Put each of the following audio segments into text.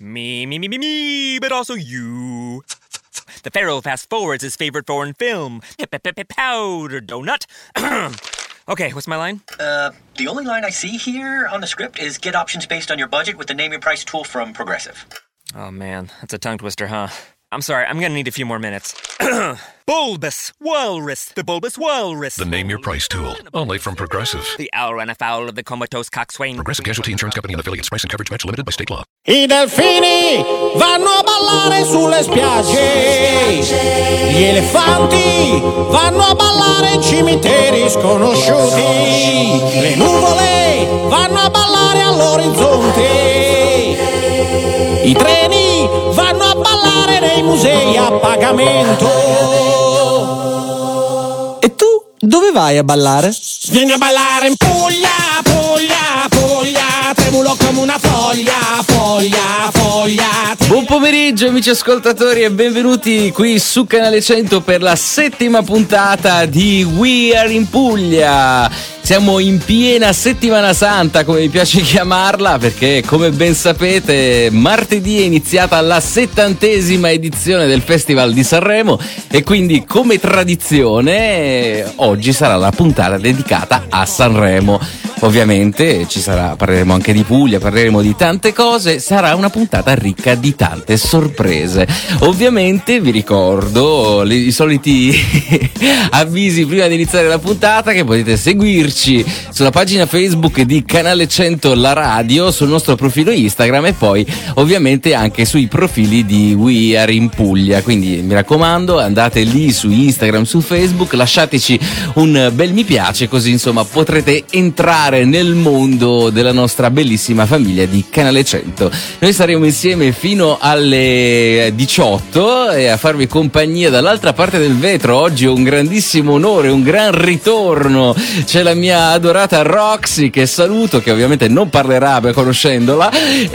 Me, but also you. The Pharaoh fast forwards his favorite foreign film, Powder Donut. Okay, what's my line? The only line I see here on the script is get options based on your budget with the Name Your Price tool from Progressive. Oh man, that's a tongue twister, huh? I'm sorry, I'm gonna need a few more minutes. Bulbous Walrus, the Bulbous Walrus. The Name Your Price tool, only from Progressive. The owl ran afoul of the comatose coxswain. Progressive Casualty Insurance Company and affiliates. Price and coverage match limited by state law. I delfini vanno a ballare sulle spiagge. Gli elefanti vanno a ballare in cimiteri sconosciuti. Le nuvole vanno a ballare all'orizzonte. I treni vanno a ballare nei musei a pagamento. E tu dove vai a ballare? Vieni a ballare in Puglia, Puglia, Puglia. Tremulo come una foglia, foglia, foglia. Buon pomeriggio amici ascoltatori e benvenuti qui su Canale 100 per la 7ª puntata di We Are in Puglia. Siamo in piena settimana santa, come mi piace chiamarla, perché come ben sapete martedì è iniziata la 70ª edizione del Festival di Sanremo e quindi come tradizione oggi sarà la puntata dedicata a Sanremo. Ovviamente parleremo anche di Puglia, parleremo di tante cose, sarà una puntata ricca di tante sorprese. Ovviamente vi ricordo i soliti avvisi prima di iniziare la puntata, che potete seguirci sulla pagina Facebook di Canale 100 La Radio, sul nostro profilo Instagram e poi ovviamente anche sui profili di We Are in Puglia. Quindi mi raccomando, andate lì su Instagram, su Facebook, lasciateci un bel mi piace, così insomma potrete entrare nel mondo della nostra bellissima famiglia di Canale 100. Noi saremo insieme fino alle 18 e a farvi compagnia dall'altra parte del vetro. Oggi è un grandissimo onore, un gran ritorno. C'è la mia adorata Roxy, che saluto, che ovviamente non parlerà conoscendola,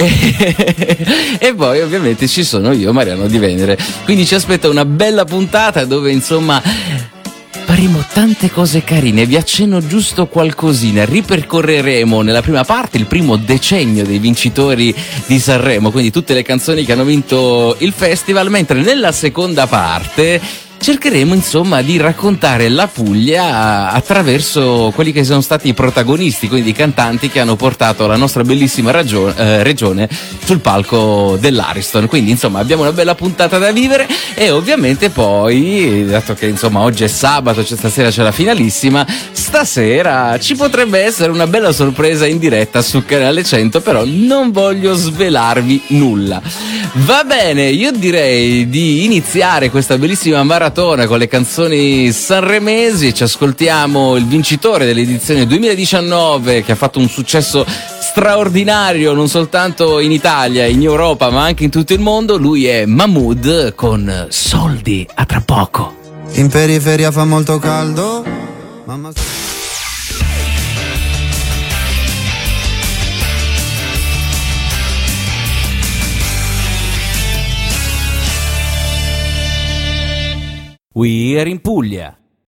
e poi ovviamente ci sono io, Mariano Di Venere. Quindi ci aspetta una bella puntata dove insomma faremo tante cose carine, vi accenno giusto qualcosina. Ripercorreremo nella prima parte il primo decennio dei vincitori di Sanremo, quindi tutte le canzoni che hanno vinto il festival, mentre nella seconda parte cercheremo insomma di raccontare la Puglia attraverso quelli che sono stati i protagonisti, quindi i cantanti che hanno portato la nostra bellissima regione sul palco dell'Ariston. Quindi insomma abbiamo una bella puntata da vivere e ovviamente poi, dato che insomma oggi è sabato, stasera c'è la finalissima, stasera ci potrebbe essere una bella sorpresa in diretta su Canale 100, però non voglio svelarvi nulla. Va bene, io direi di iniziare questa bellissima maratona con le canzoni sanremesi. Ci ascoltiamo il vincitore dell'edizione 2019, che ha fatto un successo straordinario non soltanto in Italia, in Europa, ma anche in tutto il mondo. Lui è Mahmood con Soldi. A tra poco. In periferia fa molto caldo, mamma. We Are in Puglia.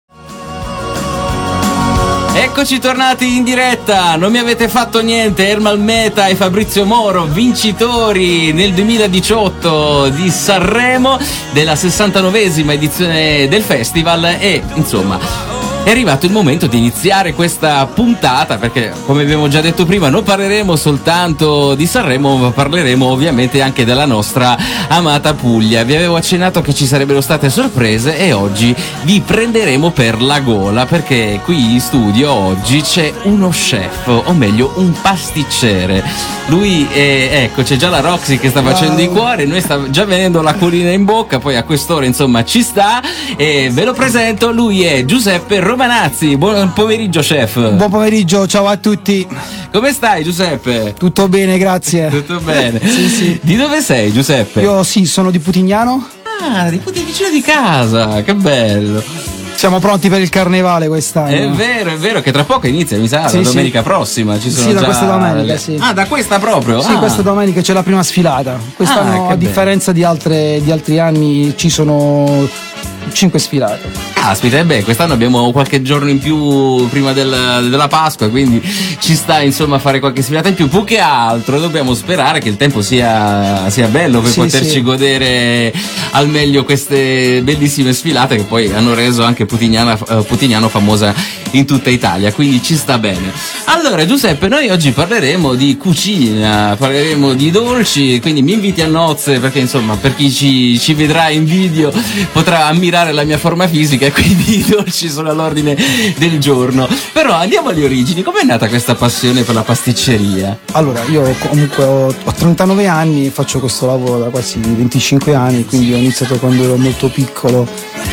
Eccoci tornati in diretta, non mi avete fatto niente. Ermal Meta e Fabrizio Moro, vincitori nel 2018 di Sanremo, della 69ª edizione del festival, e insomma è arrivato il momento di iniziare questa puntata, perché come abbiamo già detto prima non parleremo soltanto di Sanremo, ma parleremo ovviamente anche della nostra amata Puglia. Vi avevo accennato che ci sarebbero state sorprese e oggi vi prenderemo per la gola, perché qui in studio oggi c'è uno chef, o meglio un pasticcere. Lui ecco, c'è già la Roxy che sta facendo i cuori, noi sta già venendo l'acquolina in bocca, poi a quest'ora insomma ci sta, e ve lo presento, lui è Giuseppe Romanazzi. Buon pomeriggio chef. Buon pomeriggio, ciao a tutti. Come stai Giuseppe? Tutto bene, grazie. Tutto bene. Sì. Di dove sei Giuseppe? Io sì, sono di Putignano. Ah, vicino di casa, che bello. Siamo pronti per il carnevale quest'anno. È vero che tra poco inizia, mi sa, la domenica prossima. Ci sono da questa domenica, sì. Ah, da questa proprio? Sì, questa domenica c'è la prima sfilata. Quest'anno, a differenza di altri anni, ci sono 5 sfilate. Aspetta, beh, quest'anno abbiamo qualche giorno in più prima della Pasqua, quindi ci sta insomma a fare qualche sfilata in più. Più che altro dobbiamo sperare che il tempo sia bello per poterci godere al meglio queste bellissime sfilate che poi hanno reso anche Putignano famosa in tutta Italia, quindi ci sta bene. Allora Giuseppe, noi oggi parleremo di cucina, parleremo di dolci, quindi mi inviti a nozze perché insomma per chi ci vedrà in video potrà ammirare la mia forma fisica, quindi i dolci sono all'ordine del giorno. Però andiamo alle origini, com'è nata questa passione per la pasticceria? Allora, io comunque ho 39 anni, faccio questo lavoro da quasi 25 anni, quindi ho iniziato quando ero molto piccolo.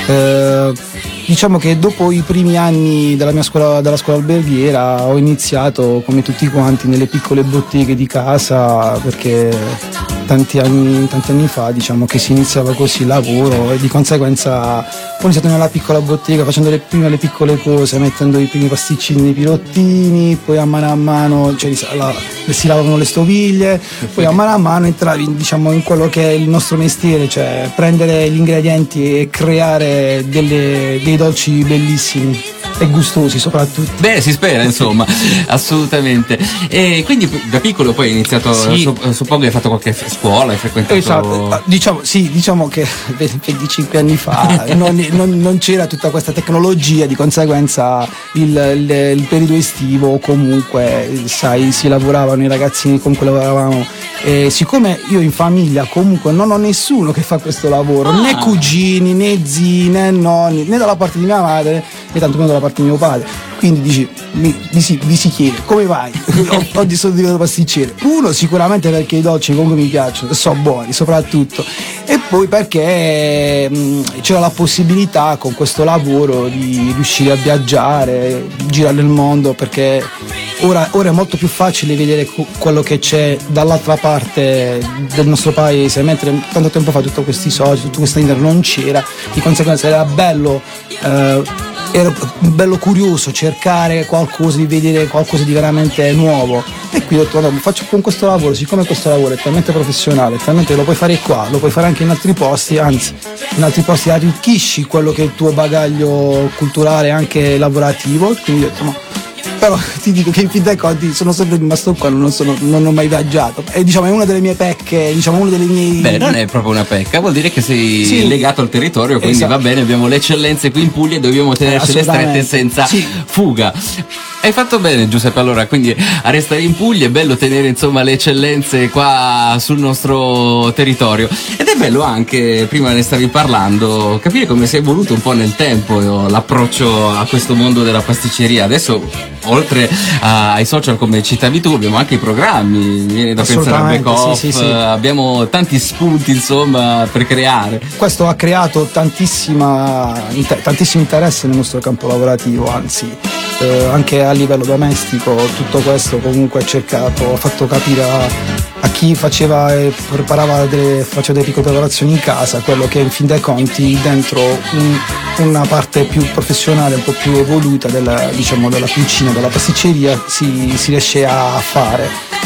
Diciamo che dopo i primi anni della scuola alberghiera ho iniziato come tutti quanti nelle piccole botteghe di casa, perché tanti anni fa diciamo che si iniziava così il lavoro, e di conseguenza ho iniziato nella piccola bottega facendo le piccole cose, mettendo i primi pasticcini nei pirottini, poi a mano si lavavano le stoviglie, poi a mano entravi diciamo in quello che è il nostro mestiere, cioè prendere gli ingredienti e creare dei dolci bellissimi e gustosi soprattutto. Beh, si spera insomma, assolutamente. E quindi da piccolo poi hai iniziato, suppongo che hai fatto qualche scuola, hai frequentato... Esatto, diciamo che 25 anni fa non c'era tutta questa tecnologia, di conseguenza il periodo estivo comunque, sai, si lavoravano, i ragazzini con cui lavoravamo, e siccome io in famiglia comunque non ho nessuno che fa questo lavoro, né cugini, né zii, né nonni, né dalla parte di mia madre, né tanto meno dalla parte di mio padre, quindi vi si chiede come mai oggi sono diventato pasticcere. Uno, sicuramente perché i dolci comunque mi piacciono, sono buoni soprattutto, e poi perché c'era la possibilità con questo lavoro di riuscire a viaggiare, girare il mondo, perché ora è molto più facile vedere quello che c'è dall'altra parte del nostro paese, mentre tanto tempo fa tutto questi social, tutto questo internet non c'era, di conseguenza era bello curioso cercare qualcosa, di vedere qualcosa di veramente nuovo, e qui ho detto no, faccio con questo lavoro, siccome questo lavoro è talmente professionale, talmente lo puoi fare qua, lo puoi fare anche in altri posti, anzi in altri posti arricchisci quello che è il tuo bagaglio culturale anche lavorativo, quindi ho detto no. Però ti dico che in fin dei conti sono sempre rimasto qua, non ho mai viaggiato. E diciamo è una delle mie pecche, diciamo uno delle mie... Beh, non è proprio una pecca, vuol dire che sei legato al territorio, quindi va bene, abbiamo le eccellenze qui in Puglia e dobbiamo tenercele strette senza fuga. Hai fatto bene Giuseppe, allora, quindi a restare in Puglia, è bello tenere insomma le eccellenze qua sul nostro territorio, ed è bello anche, prima ne stavi parlando, capire come si è evoluto un po' nel tempo l'approccio a questo mondo della pasticceria. Adesso oltre ai social come citavi tu abbiamo anche i programmi, viene da pensare a Bake Off, abbiamo tanti spunti insomma per creare. Questo ha creato tantissimo interesse nel nostro campo lavorativo, anzi anche a livello domestico tutto questo comunque ha fatto capire a chi faceva delle piccole preparazioni in casa quello che in fin dei conti dentro una parte più professionale, un po' più evoluta della cucina, della pasticceria si riesce a fare.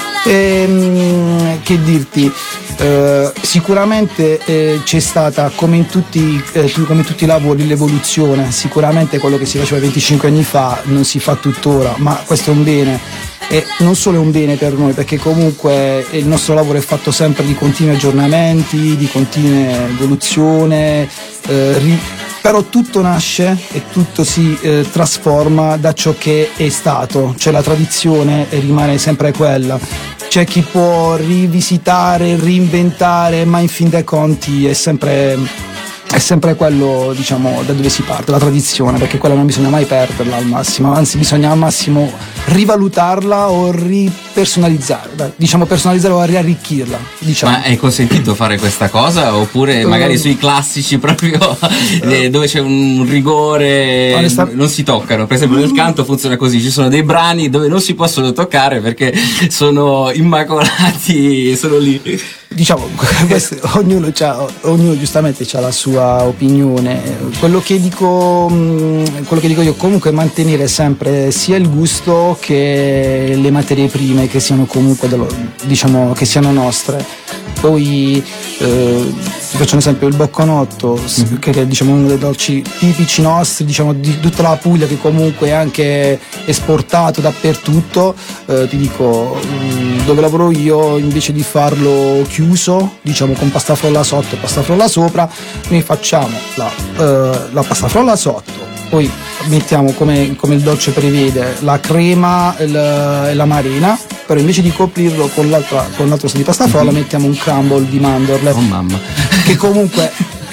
Che dirti, sicuramente c'è stata come in tutti i lavori l'evoluzione, sicuramente quello che si faceva 25 anni fa non si fa tuttora, ma questo è un bene, e non solo è un bene per noi, perché comunque il nostro lavoro è fatto sempre di continui aggiornamenti, di continua evoluzione, però tutto nasce e tutto si trasforma da ciò che è stato, cioè la tradizione rimane sempre quella. C'è chi può rivisitare, reinventare, ma in fin dei conti è sempre quello, diciamo, da dove si parte, la tradizione, perché quella non bisogna mai perderla al massimo, anzi bisogna al massimo rivalutarla o ripersonalizzare, personalizzare o riarricchirla, diciamo. Ma è consentito fare questa cosa, oppure magari sui classici proprio dove c'è un rigore non si toccano? Per esempio nel canto funziona così, ci sono dei brani dove non si possono toccare perché sono immacolati, sono lì. Diciamo, ognuno giustamente ha la sua opinione. Quello che dico io comunque è mantenere sempre sia il gusto che le materie prime che siano comunque che siano nostre. Poi Ti faccio un esempio, il bocconotto, che è diciamo uno dei dolci tipici nostri, diciamo di tutta la Puglia, che comunque è anche esportato dappertutto. Ti dico, dove lavoro io, invece di farlo chiuso, diciamo con pasta frolla sotto e pasta frolla sopra, noi facciamo la pasta frolla sotto, poi mettiamo come il dolce prevede la crema e la marina, però invece di coprirlo con l'altro di pasta frolla mettiamo un crumble di mandorle. Oh mamma. Che comunque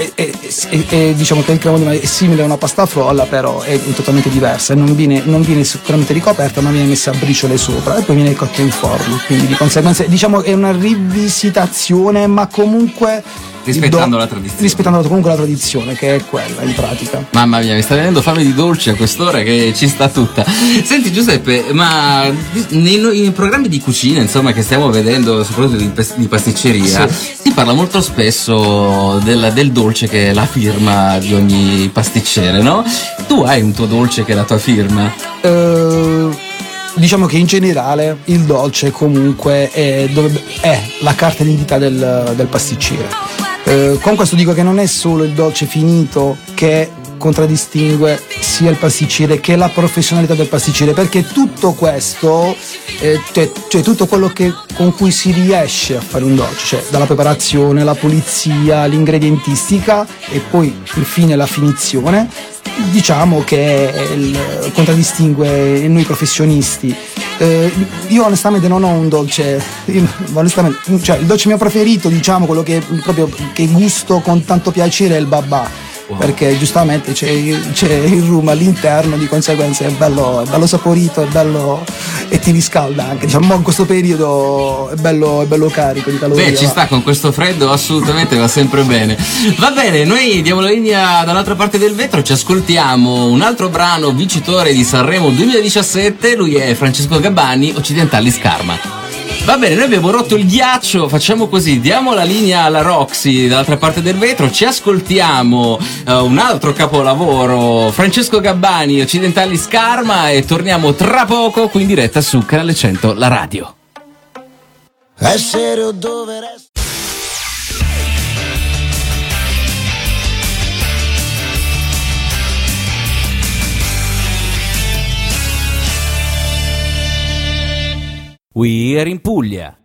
è diciamo che il crumble è simile a una pasta frolla, però è totalmente diversa, non viene sicuramente ricoperta, ma viene messa a briciole sopra e poi viene cotta in forno, quindi di conseguenza diciamo è una rivisitazione, ma comunque rispettando la tradizione. Rispettando comunque la tradizione, che è quella in pratica. Mamma mia, mi sta venendo fame di dolci a quest'ora, che ci sta tutta. Senti Giuseppe, ma nei programmi di cucina, insomma, che stiamo vedendo, soprattutto di pasticceria, si parla molto spesso del dolce che è la firma di ogni pasticcere, no? Tu hai un tuo dolce che è la tua firma? Diciamo che in generale il dolce comunque è la carta d'identità del pasticcere. Con questo dico che non è solo il dolce finito che contraddistingue sia il pasticcere che la professionalità del pasticcere, perché tutto questo, cioè tutto quello con cui si riesce a fare un dolce, cioè dalla preparazione, la pulizia, l'ingredientistica e poi infine la finizione, diciamo che contraddistingue noi professionisti. Io onestamente non ho un dolce, cioè il dolce mio preferito, diciamo quello che proprio che gusto con tanto piacere, è il babà. Wow. Perché giustamente c'è il rum all'interno, di conseguenza è bello saporito, è bello e ti riscalda anche, diciamo in questo periodo è bello carico di calorie. Beh, ci sta, con questo freddo assolutamente va sempre bene. Va bene, noi diamo la linea dall'altra parte del vetro, ci ascoltiamo un altro brano vincitore di Sanremo 2017, lui è Francesco Gabbani, Occidentali Scarma. Va bene, noi abbiamo rotto il ghiaccio, facciamo così, diamo la linea alla Roxy dall'altra parte del vetro, ci ascoltiamo un altro capolavoro, Francesco Gabbani, Occidentali Scarma, e torniamo tra poco qui in diretta su Canale 100, la radio. Essere o dover essere. We Are in Puglia.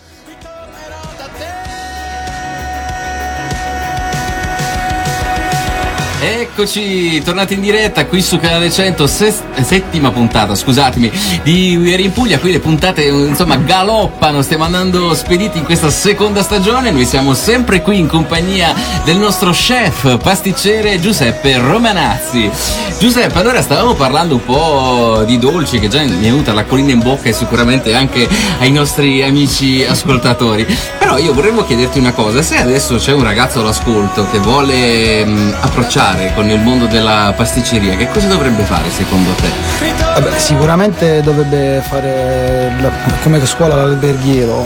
Eccoci, tornati in diretta qui su Canale 100, settima puntata, scusatemi, di We Are in Puglia. Qui le puntate insomma galoppano, stiamo andando spediti in questa seconda stagione. Noi siamo sempre qui in compagnia del nostro chef pasticcere Giuseppe Romanazzi. Giuseppe, allora stavamo parlando un po' di dolci, che già mi è venuta l'acquolina in bocca e sicuramente anche ai nostri amici ascoltatori. Però io vorremmo chiederti una cosa: se adesso c'è un ragazzo all'ascolto che vuole approcciare con il mondo della pasticceria, che cosa dovrebbe fare secondo te? Vabbè, sicuramente dovrebbe fare come scuola l'alberghiero,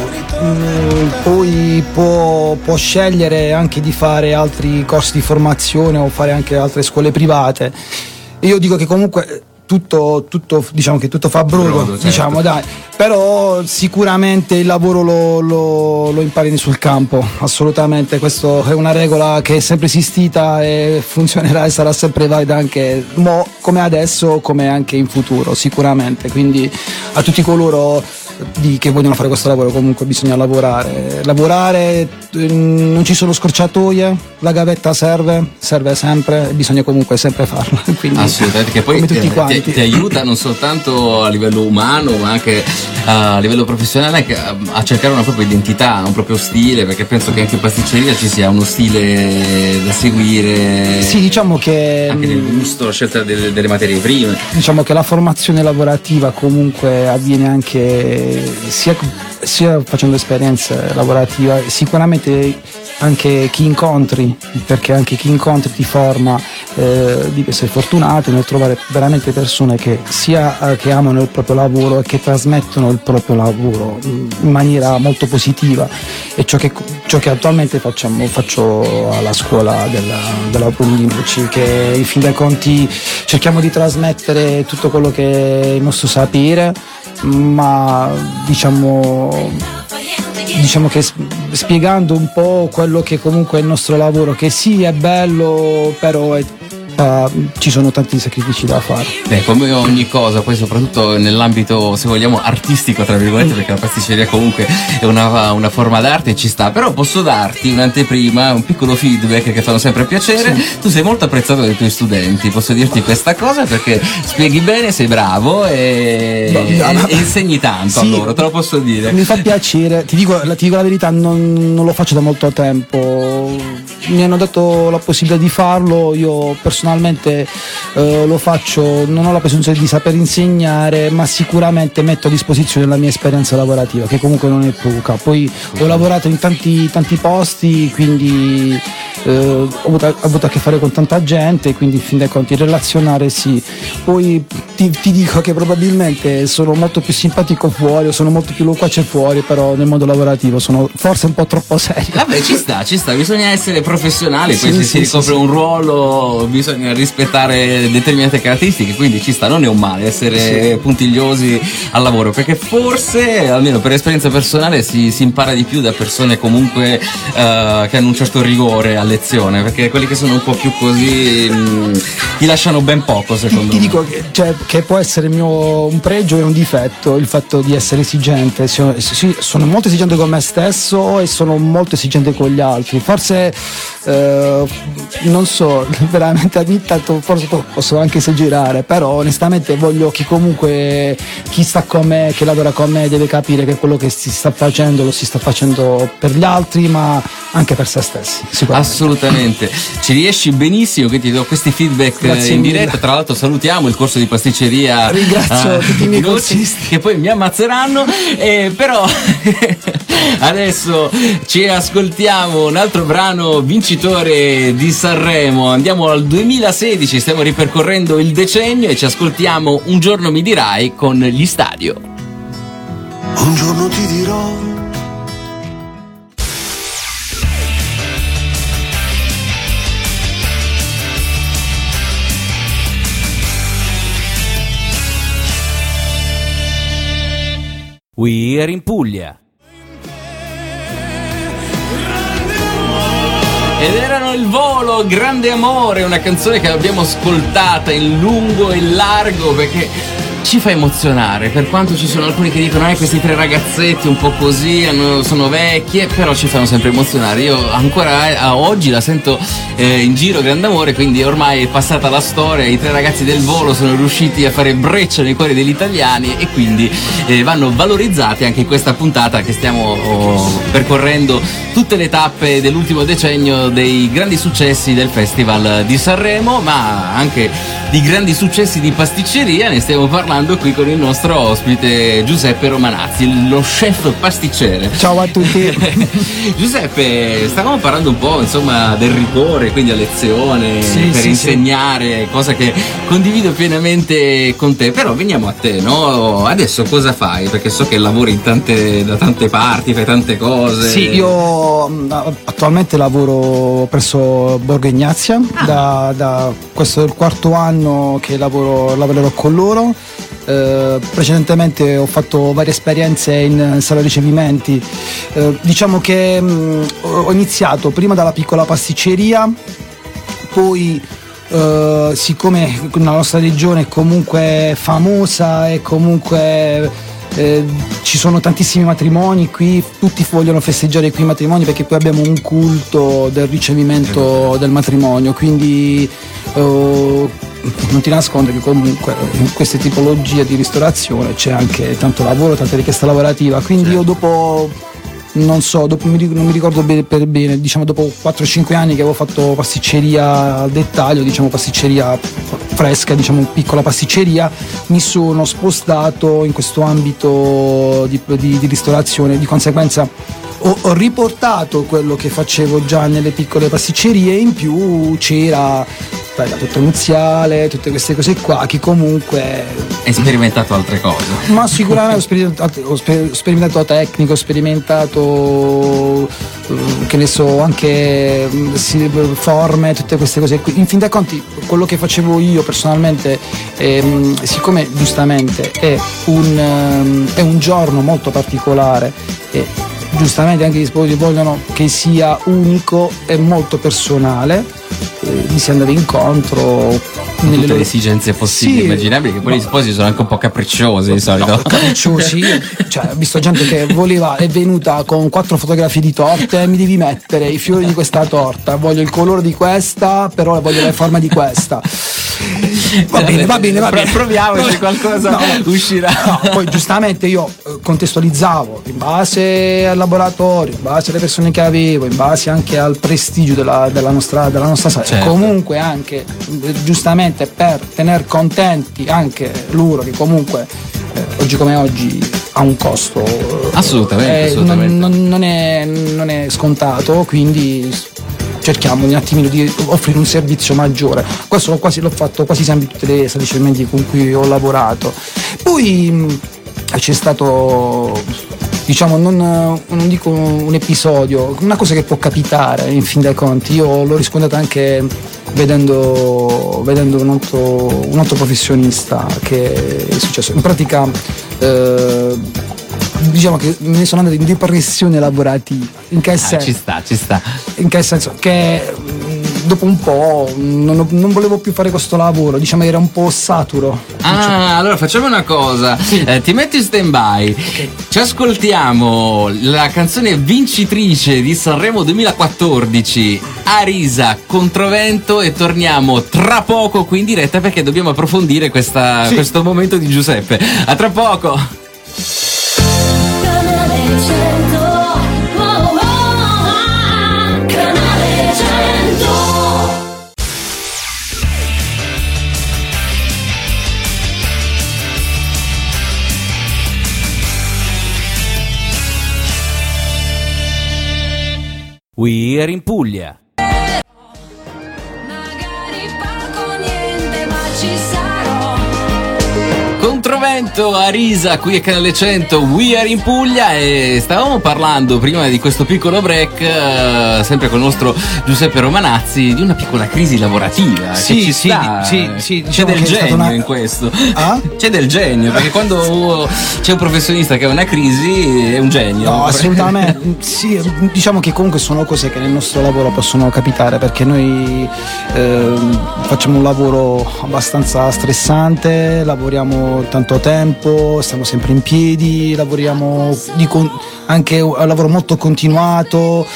poi può scegliere anche di fare altri corsi di formazione o fare anche altre scuole private. Io dico che comunque tutto diciamo che tutto fa brodo, certo. Diciamo, dai, però sicuramente il lavoro lo impari sul campo, assolutamente. Questa è una regola che è sempre esistita e funzionerà e sarà sempre valida anche come adesso, come anche in futuro, sicuramente. Quindi a tutti coloro che vogliono fare questo lavoro, comunque bisogna lavorare, non ci sono scorciatoie, la gavetta serve sempre, bisogna comunque sempre farla. Quindi, assolutamente, che poi tutti quanti ti aiuta non soltanto a livello umano ma anche a livello professionale a cercare una propria identità, un proprio stile, perché penso che anche in pasticceria ci sia uno stile da seguire. Sì, diciamo che anche nel gusto, la scelta delle materie prime. Diciamo che la formazione lavorativa comunque avviene anche sia facendo esperienze lavorative, sicuramente anche chi incontri, perché anche chi incontri ti forma, devi essere fortunato nel trovare veramente persone che che amano il proprio lavoro e che trasmettono il proprio lavoro in maniera molto positiva. E ciò che attualmente faccio alla scuola della Puglia, che in fin dei conti cerchiamo di trasmettere tutto quello che è il nostro sapere, ma diciamo che spiegando un po' quello che comunque è il nostro lavoro, che sì è bello, però ci sono tanti sacrifici da fare. Come ogni cosa, poi soprattutto nell'ambito, se vogliamo, artistico tra virgolette, perché la pasticceria comunque è una forma d'arte e ci sta. Però posso darti un'anteprima, un piccolo feedback che fanno sempre piacere. Sì. Tu sei molto apprezzato dai tuoi studenti, posso dirti questa cosa, perché spieghi bene, sei bravo e insegni tanto. Sì, a loro, te lo posso dire. Mi fa piacere, ti dico la verità, non lo faccio da molto tempo, mi hanno dato la possibilità di farlo, io personalmente lo faccio, non ho la presunzione di saper insegnare, ma sicuramente metto a disposizione la mia esperienza lavorativa, che comunque non è poca. Poi ho lavorato in tanti posti, quindi ho avuto a che fare con tanta gente, quindi in fin dei conti relazionare sì. Poi ti dico che probabilmente sono molto più simpatico fuori, o sono molto più loquace fuori, però nel mondo lavorativo sono forse un po' troppo serio. Vabbè, ci sta, bisogna essere professionali, poi se si ricopre un ruolo bisogna rispettare determinate caratteristiche, quindi ci sta, non è un male essere puntigliosi al lavoro, perché forse, almeno per esperienza personale, si impara di più da persone comunque che hanno un certo rigore a lezione, perché quelli che sono un po' più così ti lasciano ben poco, secondo me. Ti dico che può essere un pregio e un difetto il fatto di essere esigente. Sono molto esigente con me stesso e sono molto esigente con gli altri, forse non so, veramente ogni tanto forse posso anche esagerare, però onestamente voglio che comunque chi sta con me, che lavora con me, deve capire che quello che si sta facendo lo si sta facendo per gli altri, ma anche per se stessi, sicuramente. Assolutamente, ci riesci benissimo, che ti do questi feedback in diretta. Tra l'altro salutiamo il corso di pasticceria, ringrazio tutti i miei corsisti che poi mi ammazzeranno, però adesso ci ascoltiamo un altro brano vincitore di Sanremo. Andiamo al 2016, stiamo ripercorrendo il decennio e ci ascoltiamo Un giorno mi dirai con gli Stadio. Un giorno ti dirò. We Are in Puglia. Ed erano Il Volo, Grande Amore, una canzone che abbiamo ascoltata in lungo e largo perché ci fa emozionare, per quanto ci sono alcuni che dicono questi tre ragazzetti un po' così sono vecchie, però ci fanno sempre emozionare. Io ancora a oggi la sento in giro, Grande Amore, quindi ormai è passata la storia. I tre ragazzi del Volo sono riusciti a fare breccia nei cuori degli italiani e quindi vanno valorizzati anche in questa puntata che stiamo percorrendo tutte le tappe dell'ultimo decennio dei grandi successi del Festival di Sanremo, ma anche di grandi successi di pasticceria. Ne stiamo parlando qui con il nostro ospite Giuseppe Romanazzi, lo chef pasticcere. Ciao a tutti. Giuseppe, stavamo parlando un po' insomma del rigore, quindi a lezione, per insegnare, cosa che condivido pienamente con te. Però veniamo a te, no? Adesso cosa fai? Perché so che lavori da tante parti, fai tante cose. Sì, io attualmente lavoro presso Borgo Ignazia, da questo è il quarto anno che lavorerò con loro. Precedentemente ho fatto varie esperienze in sala ricevimenti. Diciamo che ho iniziato prima dalla piccola pasticceria, poi siccome la nostra regione è comunque famosa e comunque ci sono tantissimi matrimoni qui, tutti vogliono festeggiare qui i matrimoni perché poi abbiamo un culto del ricevimento del matrimonio, quindi non ti nascondo che comunque in queste tipologie di ristorazione c'è anche tanto lavoro, tanta richiesta lavorativa, quindi io dopo non mi ricordo bene, diciamo dopo 4-5 anni che avevo fatto pasticceria al dettaglio, diciamo pasticceria fresca, diciamo piccola pasticceria, mi sono spostato in questo ambito di ristorazione. Di conseguenza ho riportato quello che facevo già nelle piccole pasticcerie, in più c'era la torta nuziale, tutte queste cose qua che comunque... Hai sperimentato altre cose? Ma sicuramente ho sperimentato tecnico, ho sperimentato che ne so, anche forme, tutte queste cose qui. In fin dei conti quello che facevo io personalmente, siccome giustamente è un giorno molto particolare, giustamente anche gli sposi vogliono che sia unico e molto personale, mi si andava incontro nelle tutte le esigenze possibili, sì, immaginabili, che poi gli sposi sono anche un po' capricciosi di solito. No, capricciosi, cioè, ho visto gente che è venuta con 4 fotografie di torte, mi devi mettere i fiori di questa torta, voglio il colore di questa, però voglio la forma di questa. Va bene. Proviamoci, qualcosa uscirà. No, poi giustamente io contestualizzavo in base al laboratorio, in base alle persone che avevo, in base anche al prestigio della nostra sala. Certo. Comunque anche giustamente per tener contenti anche loro, che comunque oggi come oggi ha un costo assolutamente. Non è scontato, quindi cerchiamo un attimino di offrire un servizio maggiore. Questo l'ho fatto quasi sempre in tutte le sale cementi con cui ho lavorato. Poi c'è stato, diciamo, non dico un episodio, una cosa che può capitare in fin dei conti. Io l'ho riscontrato anche vedendo un altro professionista che è successo. In pratica diciamo che me ne sono andato in depressione lavorativa. In che senso? Ci sta. In che senso? Che dopo un po' non volevo più fare questo lavoro, diciamo era un po' saturo. Allora facciamo una cosa, sì. Ti metti in stand-by, okay. Ci ascoltiamo la canzone vincitrice di Sanremo 2014, Arisa, Controvento, e torniamo tra poco qui in diretta perché dobbiamo approfondire questo momento di Giuseppe. A tra poco. We Are in Puglia. Magari poco niente, ma ci sarò. Controvento, Arisa, qui a Canale 100, We Are in Puglia, e stavamo parlando prima di questo piccolo break, sempre con il nostro Giuseppe Romanazzi, di una piccola crisi lavorativa. Sì, c'è del genio in questo. C'è del genio, perché quando c'è un professionista che ha una crisi è un genio. No, assolutamente. Sì, diciamo che comunque sono cose che nel nostro lavoro possono capitare, perché noi facciamo un lavoro abbastanza stressante, lavoriamo tanto tempo, stiamo sempre in piedi, lavoriamo anche un lavoro molto continuato.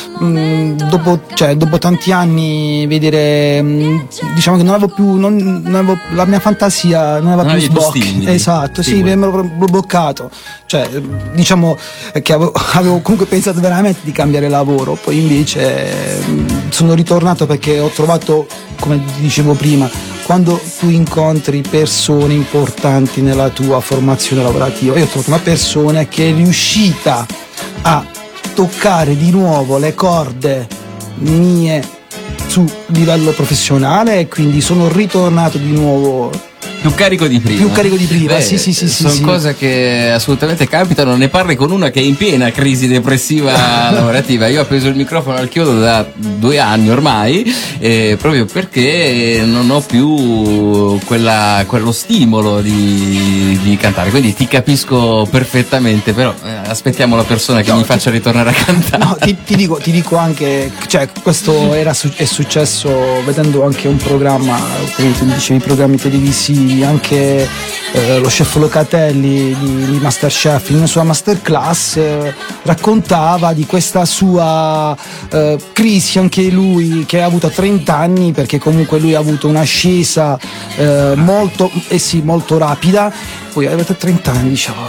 Dopo tanti anni vedere, diciamo che non avevo la mia fantasia non aveva più sbocchi. Esatto, sì, mi ero bloccato. Cioè, diciamo che avevo comunque pensato veramente di cambiare lavoro, poi invece sono ritornato perché ho trovato, come dicevo prima, quando tu incontri persone importanti nella tua formazione lavorativa, io ho trovato una persona che è riuscita a toccare di nuovo le corde mie su livello professionale, e quindi sono ritornato di nuovo più carico di prima. Beh, sì. Sono cose che assolutamente capitano. Ne parli con una che è in piena crisi depressiva lavorativa. Io ho preso il microfono al chiodo da 2 anni ormai, proprio perché non ho più quello stimolo di cantare. Quindi ti capisco perfettamente, però aspettiamo la persona che mi faccia ritornare a cantare. No, ti dico anche, cioè, questo è successo vedendo anche un programma, come tu dicevi, programmi televisivi, anche lo chef Locatelli di Masterchef, in una sua masterclass raccontava di questa sua crisi, anche lui, che ha avuto a 30 anni, perché comunque lui ha avuto un'ascesa molto rapida, poi arrivato a 30 anni diceva,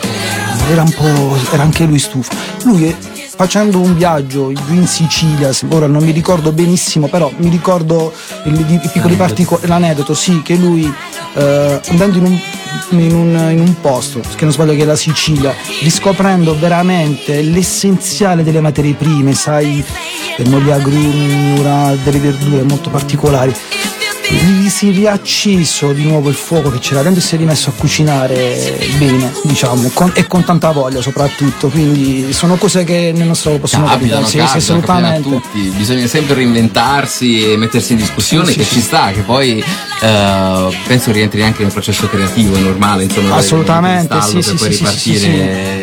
era anche lui stufo. Lui facendo un viaggio giù in Sicilia, ora non mi ricordo benissimo, però mi ricordo i piccoli particolari, l'aneddoto, sì, che lui andando in un posto, che non sbaglio che è la Sicilia, riscoprendo veramente l'essenziale delle materie prime, sai, gli agrumi, delle verdure molto particolari, gli si è riacceso di nuovo il fuoco che c'era dentro e si è rimesso a cucinare bene, diciamo, con tanta voglia soprattutto. Quindi sono cose che nel nostro possono capitare. Sì, assolutamente. Tutti. Bisogna sempre reinventarsi e mettersi in discussione, che ci sta, che poi penso rientri anche nel processo creativo, è normale, insomma, assolutamente, per poi ripartire.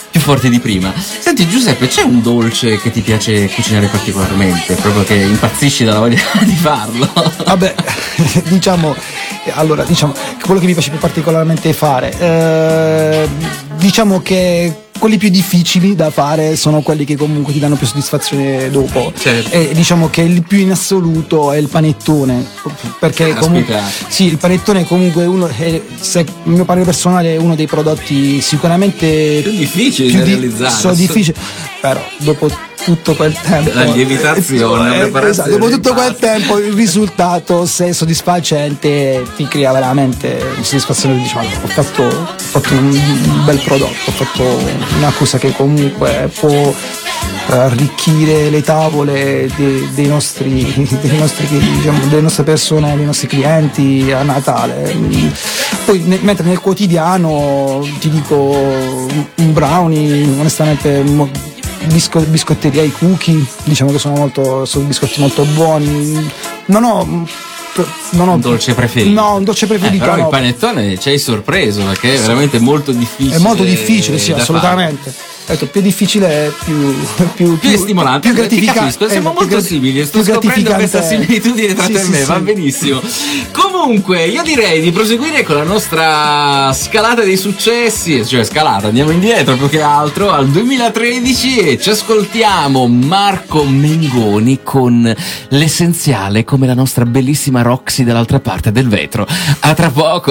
più forti di prima. Senti Giuseppe, c'è un dolce che ti piace cucinare particolarmente, proprio che impazzisci dalla voglia di farlo? Vabbè, diciamo quello che mi piace più particolarmente fare, diciamo che quelli più difficili da fare sono quelli che comunque ti danno più soddisfazione dopo. Certo. E diciamo che il più in assoluto è il panettone, perché comunque sì, il panettone comunque il mio parere personale è uno dei prodotti sicuramente più difficili da realizzare. Sono difficili, però dopo tutto quel tempo, la lievitazione, esatto, dopo tutto quel tempo il risultato, se è soddisfacente, ti crea veramente soddisfazione. Diciamo, ho fatto un bel prodotto, ho fatto una cosa che comunque può arricchire le tavole dei nostri diciamo, delle nostre persone, dei nostri clienti a Natale. Poi mentre nel quotidiano ti dico un brownie, onestamente biscotteria, i cookie, diciamo che sono biscotti molto buoni. Non ho un dolce preferito. No, un dolce preferito. Però no. Il panettone ci hai sorpreso, perché è veramente molto difficile. È molto difficile, sì, assolutamente. Più difficile, più stimolante, più gratificante. Siamo molto simili, sto scoprendo questa similitudine tra te e me, va benissimo. Comunque, io direi di proseguire con la nostra scalata dei successi, cioè scalata, andiamo indietro più che altro al 2013 e ci ascoltiamo Marco Mengoni con L'essenziale, come la nostra bellissima Roxy dall'altra parte del vetro. A tra poco.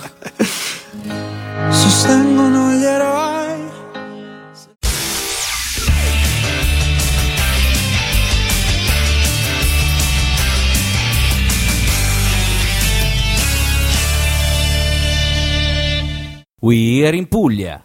Sostengono gli eroi. We Are in Puglia.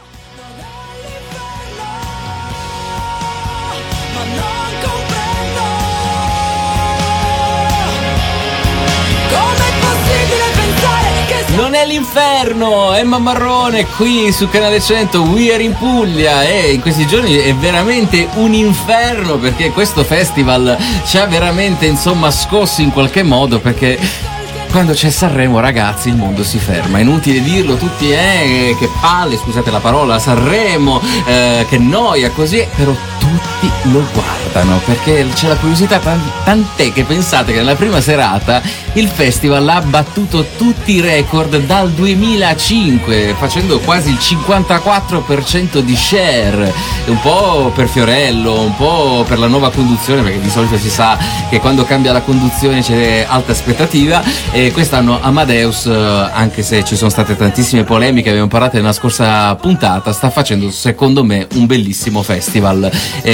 Non è l'inferno, Emma Marrone qui su Canale 100, We Are in Puglia, e in questi giorni è veramente un inferno perché questo festival ci ha veramente scosso in qualche modo, perché quando c'è Sanremo, ragazzi, il mondo si ferma. È inutile dirlo, tutti che palle, scusate la parola, Sanremo, che noia, così, però tutti lo guardano perché c'è la curiosità, tant'è che pensate che nella prima serata il festival ha battuto tutti i record dal 2005, facendo quasi il 54% di share, un po' per Fiorello, un po' per la nuova conduzione, perché di solito si sa che quando cambia la conduzione c'è alta aspettativa, e quest'anno Amadeus, anche se ci sono state tantissime polemiche, abbiamo parlato nella scorsa puntata, sta facendo secondo me un bellissimo festival,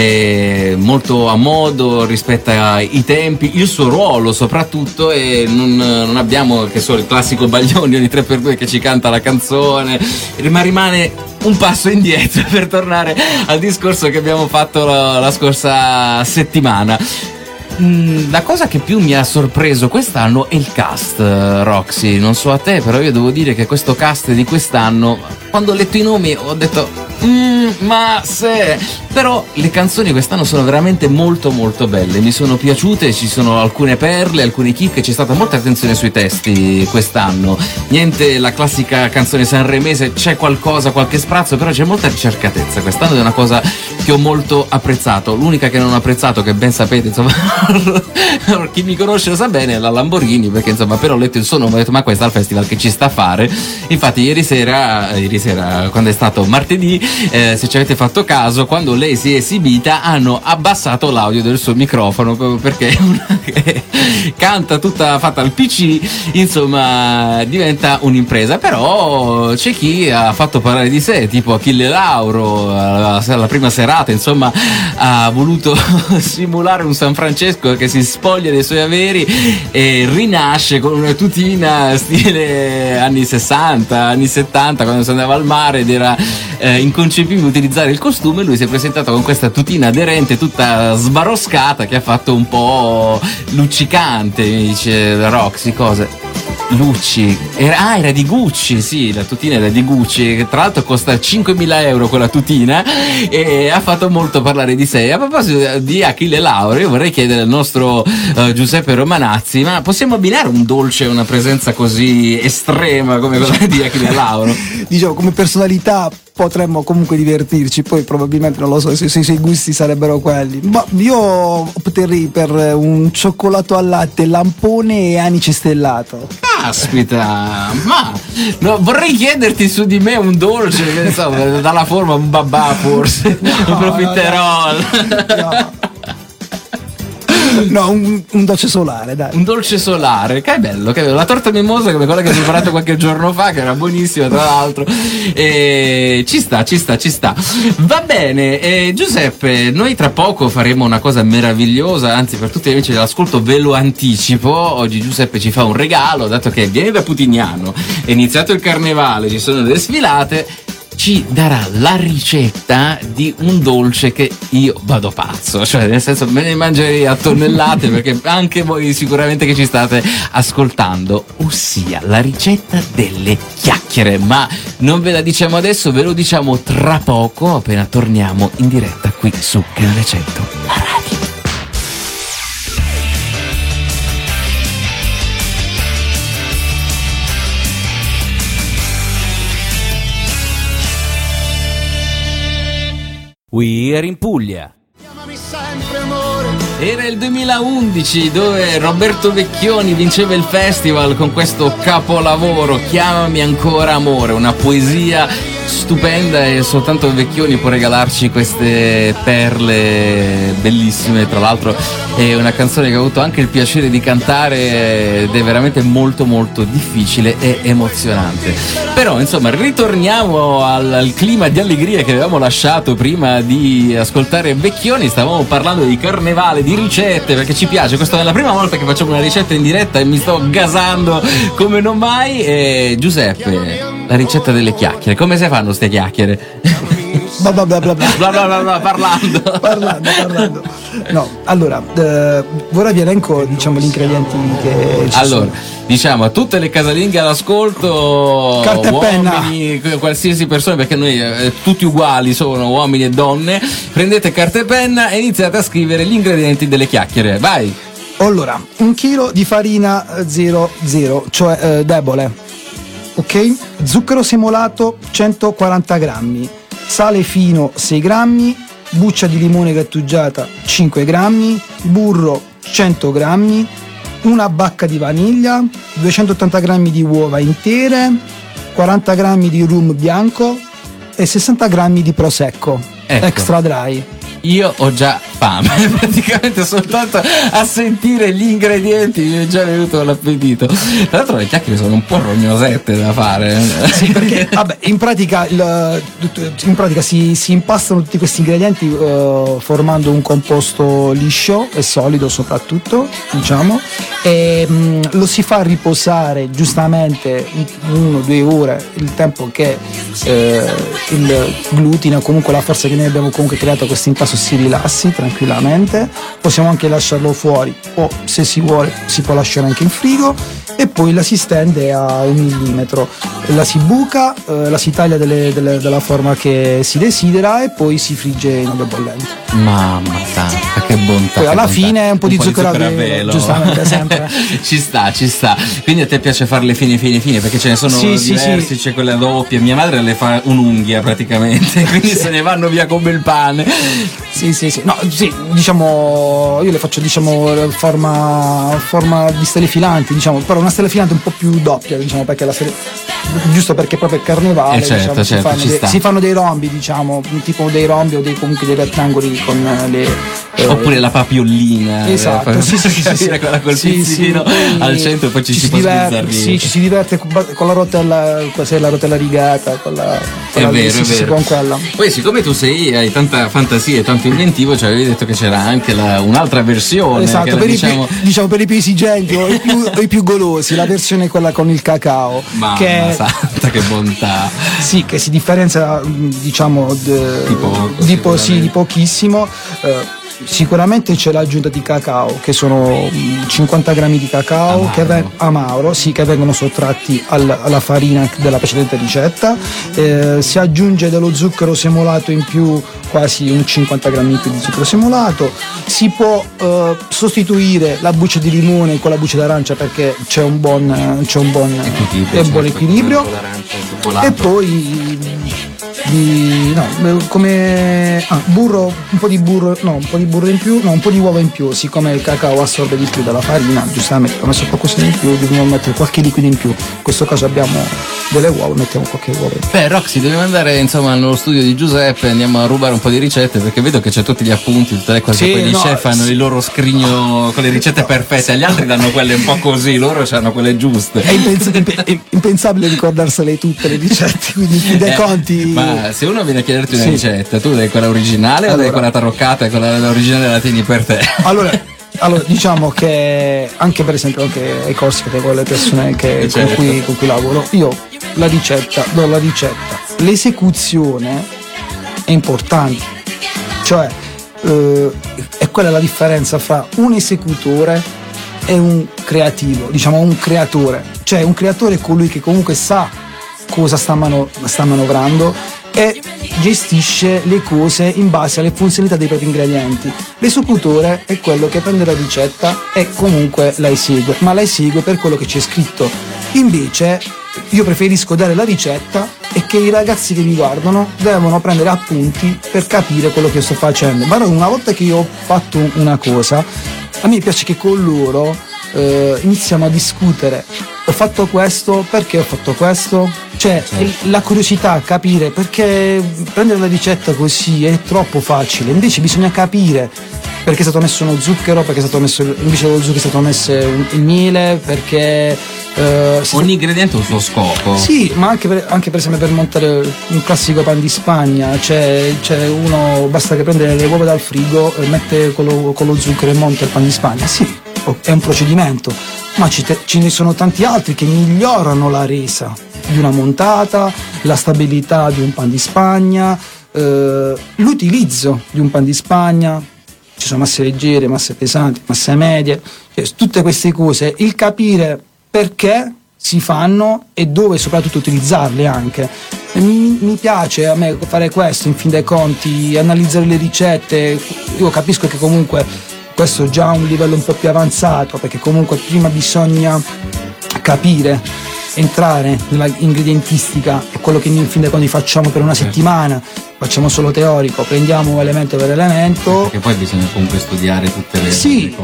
molto a modo rispetto ai tempi, il suo ruolo soprattutto, e non abbiamo che solo il classico Baglioni ogni 3x2 che ci canta la canzone, ma rimane un passo indietro per tornare al discorso che abbiamo fatto la scorsa settimana. La cosa che più mi ha sorpreso quest'anno è il cast, Roxy. Non so a te, però io devo dire che questo cast di quest'anno, quando ho letto i nomi ho detto ma se, però le canzoni quest'anno sono veramente molto molto belle, mi sono piaciute, ci sono alcune perle, alcune chicche, c'è stata molta attenzione sui testi quest'anno, niente la classica canzone sanremese, c'è qualcosa, qualche sprazzo, però c'è molta ricercatezza quest'anno, è una cosa che ho molto apprezzato. L'unica che non ho apprezzato, che ben sapete, insomma, chi mi conosce lo sa bene, è la Lamborghini, perché insomma, però ho letto il suo nome e ho detto ma questa è il festival che ci sta a fare. Infatti ieri sera quando è stato martedì, se ci avete fatto caso, quando lei si è esibita hanno abbassato l'audio del suo microfono, proprio perché è una che canta tutta fatta al PC, insomma diventa un'impresa. Però c'è chi ha fatto parlare di sé, tipo Achille Lauro, la prima serata, insomma, ha voluto simulare un San Francesco che si spoglia dei suoi averi e rinasce con una tutina stile anni 60, anni 70, quando si andava al mare ed era inconcepibile utilizzare il costume. Lui si è presentato con questa tutina aderente tutta sbaroscata che ha fatto un po' luccicante, mi dice Roxy, cose Lucci, era di Gucci, sì, la tutina era di Gucci, che tra l'altro costa 5.000 euro quella tutina, e ha fatto molto parlare di sé. A proposito di Achille Lauro, io vorrei chiedere del nostro Giuseppe Romanazzi, ma possiamo abbinare un dolce a una presenza così estrema come quella di Achille Lauro? Diciamo, come personalità potremmo comunque divertirci, poi probabilmente non lo so se i suoi gusti sarebbero quelli, ma io opterei per un cioccolato al latte, lampone e anice stellato. Caspita, ma no, vorrei chiederti su di me un dolce, che ne so, dalla forma un babà forse, un profiterol. No, un dolce solare, dai. Un dolce solare, che è bello, che è bello. La torta mimosa come quella che ho preparato qualche giorno fa, che era buonissima tra l'altro. Ci sta. Va bene, Giuseppe, noi tra poco faremo una cosa meravigliosa, anzi per tutti gli amici dell'ascolto ve lo anticipo. Oggi Giuseppe ci fa un regalo, dato che viene da Putignano, è iniziato il carnevale, ci sono delle sfilate. Ci darà la ricetta di un dolce che io vado pazzo, cioè nel senso me ne mangerei a tonnellate, perché anche voi sicuramente che ci state ascoltando, ossia la ricetta delle chiacchiere, ma non ve la diciamo adesso, ve lo diciamo tra poco appena torniamo in diretta qui su Canale 100, la radio. We Are in Puglia. Era il 2011 dove Roberto Vecchioni vinceva il festival con questo capolavoro, Chiamami ancora amore, una poesia stupenda e soltanto Vecchioni può regalarci queste perle bellissime. Tra l'altro è una canzone che ho avuto anche il piacere di cantare ed è veramente molto molto difficile e emozionante. Però insomma ritorniamo al clima di allegria che avevamo lasciato prima di ascoltare Vecchioni. Stavamo parlando di carnevale, di ricette, perché ci piace. Questa è la prima volta che facciamo una ricetta in diretta e mi sto gasando come non mai. E Giuseppe, la ricetta delle chiacchiere, come si fanno ste chiacchiere? Bla bla bla bla bla, parlando. No, allora, ora vi elenco, diciamo, gli ingredienti che ci sono. Diciamo a tutte le casalinghe all'ascolto, carta e penna, uomini, qualsiasi persona, perché noi tutti uguali sono, uomini e donne, prendete carta e penna e iniziate a scrivere gli ingredienti delle chiacchiere. Vai. Allora, 1 chilo di farina 00, cioè debole, ok? Zucchero semolato 140 grammi, sale fino 6 grammi, buccia di limone grattugiata 5 grammi, burro 100 grammi, una bacca di vaniglia, 280 grammi di uova intere, 40 grammi di rum bianco e 60 grammi di prosecco, extra dry. Io ho già fame, praticamente soltanto a sentire gli ingredienti mi è già venuto l'appetito. Tra l'altro le chiacchiere sono un po' rognosette da fare. Sì, perché vabbè, in pratica si impastano tutti questi ingredienti formando un composto liscio e solido soprattutto, diciamo, e lo si fa riposare giustamente 1-2 ore, il tempo che il glutine o comunque la forza che noi abbiamo comunque creato a questo impasto si rilassi tranquillamente. Possiamo anche lasciarlo fuori o, se si vuole, si può lasciare anche in frigo, e poi la si stende a 1 millimetro, la si buca, la si taglia della forma che si desidera e poi si frigge in olio bollente. Mamma santa, che bontà. Poi alla fine un po' di zucchero a velo, giustamente, sempre. ci sta. Quindi a te piace farle fine, perché ce ne sono diversi, c'è quella doppia. Mia madre le fa un'unghia praticamente, quindi se ne vanno via come il pane. Sì. No, sì, diciamo, io le faccio, diciamo, forma di stelle filanti, diciamo, però una stella filante un po' più doppia, diciamo, perché giusto perché proprio è carnevale, certo, si fanno dei rombi, diciamo, tipo dei rombi o comunque dei rettangoli con oppure la papiollina, esatto, sì, quella col pizzino al centro, poi ci si può sbizzarrire. Sì, ci si diverte con la rotella, quasi la rotella rigata, è vero. Con quella. Poi siccome tu hai tanta fantasia e tanto inventivo, cioè avevi detto che c'era anche un'altra versione, esatto, per i più esigenti o i più golosi, la versione quella con il cacao. Mamma santa, che bontà. Sì, che si differenzia, diciamo, di pochissimo. sicuramente c'è l'aggiunta di cacao, che sono 50 grammi di cacao amaro, sì, che vengono sottratti alla farina della precedente ricetta. Si aggiunge dello zucchero semolato in più, quasi un 50 grammi in più di zucchero semolato. Si può sostituire la buccia di limone con la buccia d'arancia, perché c'è un buon equilibrio. E poi burro, un po' di burro in più, un po' di uova in più, siccome il cacao assorbe di più dalla farina, giustamente ho messo qualcosa in più, dobbiamo mettere qualche liquido in più. In questo caso abbiamo delle uova, mettiamo qualche uova in più. Beh, Roxy, dobbiamo andare nello studio di Giuseppe, andiamo a rubare un po' di ricette, perché vedo che c'è tutti gli appunti, tutte le cose, poi gli chef hanno il loro scrigno con le ricette perfette, gli altri danno quelle un po' così, loro hanno quelle giuste. È impensabile ricordarsele tutte le ricette, quindi in fin dei conti. Ma se uno viene a chiederti una ricetta, tu dai quella originale o dai quella taroccata e quella originale la tieni per te? Allora, diciamo che anche per esempio anche ai corsi che con le persone con cui lavoro, io do la ricetta, l'esecuzione è importante, cioè è quella la differenza fra un esecutore e un creativo, diciamo un creatore. Cioè un creatore è colui che comunque sa cosa sta manovrando e gestisce le cose in base alle funzionalità dei propri ingredienti. L'esecutore è quello che prende la ricetta e comunque la esegue, ma la esegue per quello che c'è scritto. Invece io preferisco dare la ricetta e che i ragazzi che mi guardano devono prendere appunti per capire quello che sto facendo. Ma una volta che io ho fatto una cosa, a me piace che con loro iniziamo a discutere. Ho fatto questo, perché ho fatto questo? Cioè la curiosità a capire, perché prendere la ricetta così è troppo facile, invece bisogna capire perché è stato messo uno zucchero, perché è stato messo invece dello zucchero è stato messo il miele, perché ogni ingrediente ha un suo scopo. Sì, ma anche per esempio per montare un classico pan di Spagna, c'è uno basta che prende le uova dal frigo, mette con lo zucchero e monta il pan di Spagna. Sì, è un procedimento, ma ce ne sono tanti altri che migliorano la resa di una montata, la stabilità di un pan di Spagna, l'utilizzo di un pan di Spagna. Ci sono masse leggere, masse pesanti, masse medie, tutte queste cose, il capire perché si fanno e dove soprattutto utilizzarle anche. Mi piace a me fare questo, in fin dei conti, analizzare le ricette. Io capisco che comunque questo è già un livello un po' più avanzato, perché comunque prima bisogna capire, entrare nella ingredientistica, è quello che in fin dei conti facciamo per una settimana, facciamo solo teorico, prendiamo elemento per elemento. Perché poi bisogna comunque studiare tutte le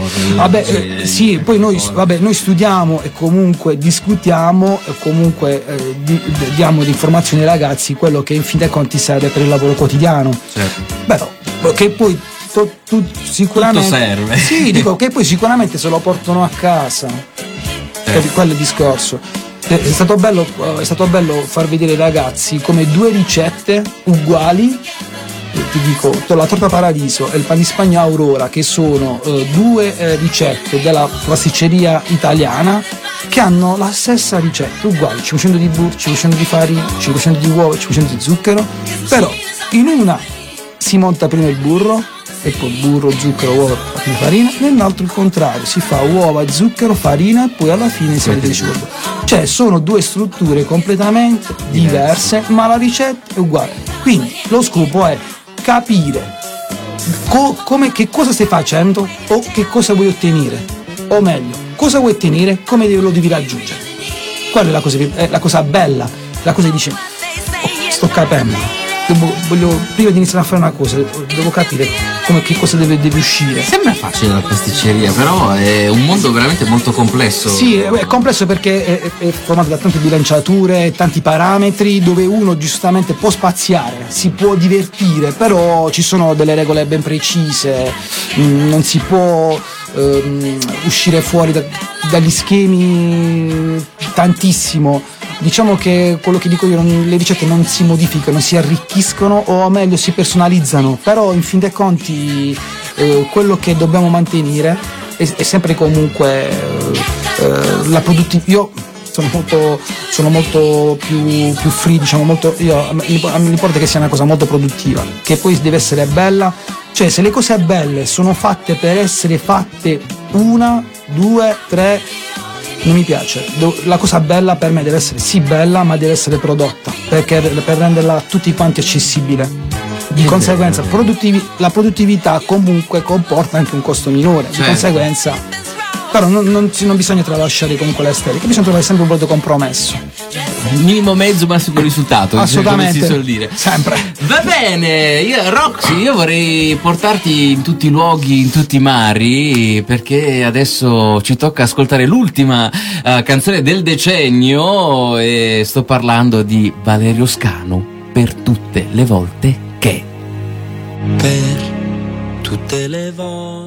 cose. Poi noi studiamo e comunque discutiamo e comunque diamo di informazioni ai ragazzi, quello che in fin dei conti serve per il lavoro quotidiano. Certo. Però, che poi tu sicuramente tutto serve. Sì, dico che poi sicuramente se lo portano a casa. Quello è il discorso. È stato bello far vedere ai ragazzi come due ricette uguali, ti dico, la torta Paradiso e il pan di Spagna Aurora, che sono due ricette della pasticceria italiana che hanno la stessa ricetta, uguali, 500 di burro, 500 di farina, 500 di uova, 500 di zucchero, però in una si monta prima il burro e poi burro, zucchero, uova, farina, nell'altro il contrario, si fa uova, zucchero, farina e poi alla fine si vede il cibo. Cioè sono due strutture completamente diverse, ma la ricetta è uguale. Quindi lo scopo è capire che cosa stai facendo o che cosa vuoi ottenere, o meglio, cosa vuoi ottenere, come lo devi raggiungere. Quella è la cosa bella, la cosa che dice sto capendo. Prima di iniziare a fare una cosa devo capire che cosa deve uscire. Sembra facile la pasticceria, però è un mondo veramente molto complesso. Sì, è complesso perché è formato da tante bilanciature, tanti parametri, dove uno giustamente può spaziare, si può divertire, però ci sono delle regole ben precise, non si può uscire fuori dagli schemi tantissimo. Diciamo che quello che dico io, le ricette non si modificano, si arricchiscono o meglio si personalizzano, però in fin dei conti quello che dobbiamo mantenere è sempre comunque la produttività. Io sono molto più free, diciamo, mi importa che sia una cosa molto produttiva, che poi deve essere bella, cioè se le cose belle sono fatte per essere fatte 1, 2, 3, non mi piace. La cosa bella per me deve essere sì bella, ma deve essere prodotta, perché per renderla a tutti quanti accessibile. Di conseguenza la produttività comunque comporta anche un costo minore, di conseguenza però non bisogna tralasciare comunque l'estetica, bisogna trovare sempre un prodotto compromesso. Minimo mezzo, massimo risultato. Assolutamente, come si suol dire. Sempre. Va bene, Roxy, io vorrei portarti in tutti i luoghi, in tutti i mari, perché adesso ci tocca ascoltare l'ultima canzone del decennio e sto parlando di Valerio Scanu, Per tutte le volte che. Per tutte le volte.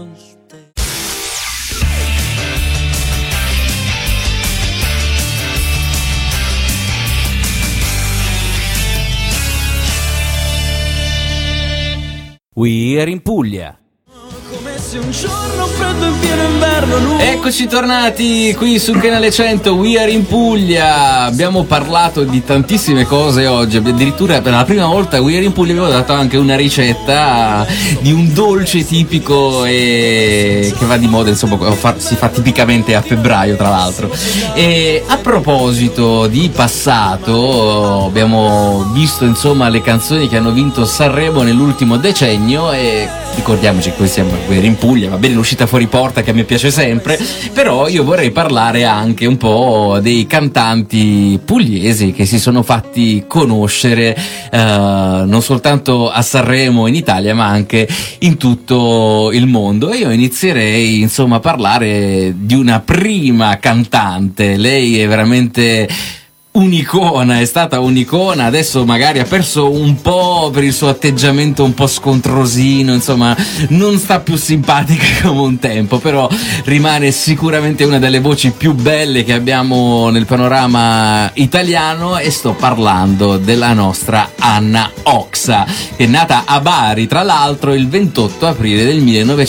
We Are in Puglia. Come se un giorno freddo in pieno inverno. Eccoci tornati qui sul canale 100, We Are in Puglia. Abbiamo parlato di tantissime cose oggi, addirittura per la prima volta We Are in Puglia abbiamo dato anche una ricetta di un dolce tipico che va di moda, insomma, si fa tipicamente a febbraio, tra l'altro. E a proposito di passato, abbiamo visto insomma le canzoni che hanno vinto Sanremo nell'ultimo decennio e ricordiamoci che siamo in Puglia, va bene l'uscita fuori porta che a me piace sempre, però io vorrei parlare anche un po' dei cantanti pugliesi che si sono fatti conoscere non soltanto a Sanremo in Italia ma anche in tutto il mondo. E io inizierei insomma a parlare di una prima cantante. Lei è veramente un'icona, è stata un'icona, adesso magari ha perso un po' per il suo atteggiamento un po' scontrosino, insomma non sta più simpatica come un tempo, però rimane sicuramente una delle voci più belle che abbiamo nel panorama italiano e sto parlando della nostra Anna Oxa, che è nata a Bari tra l'altro il 28 aprile del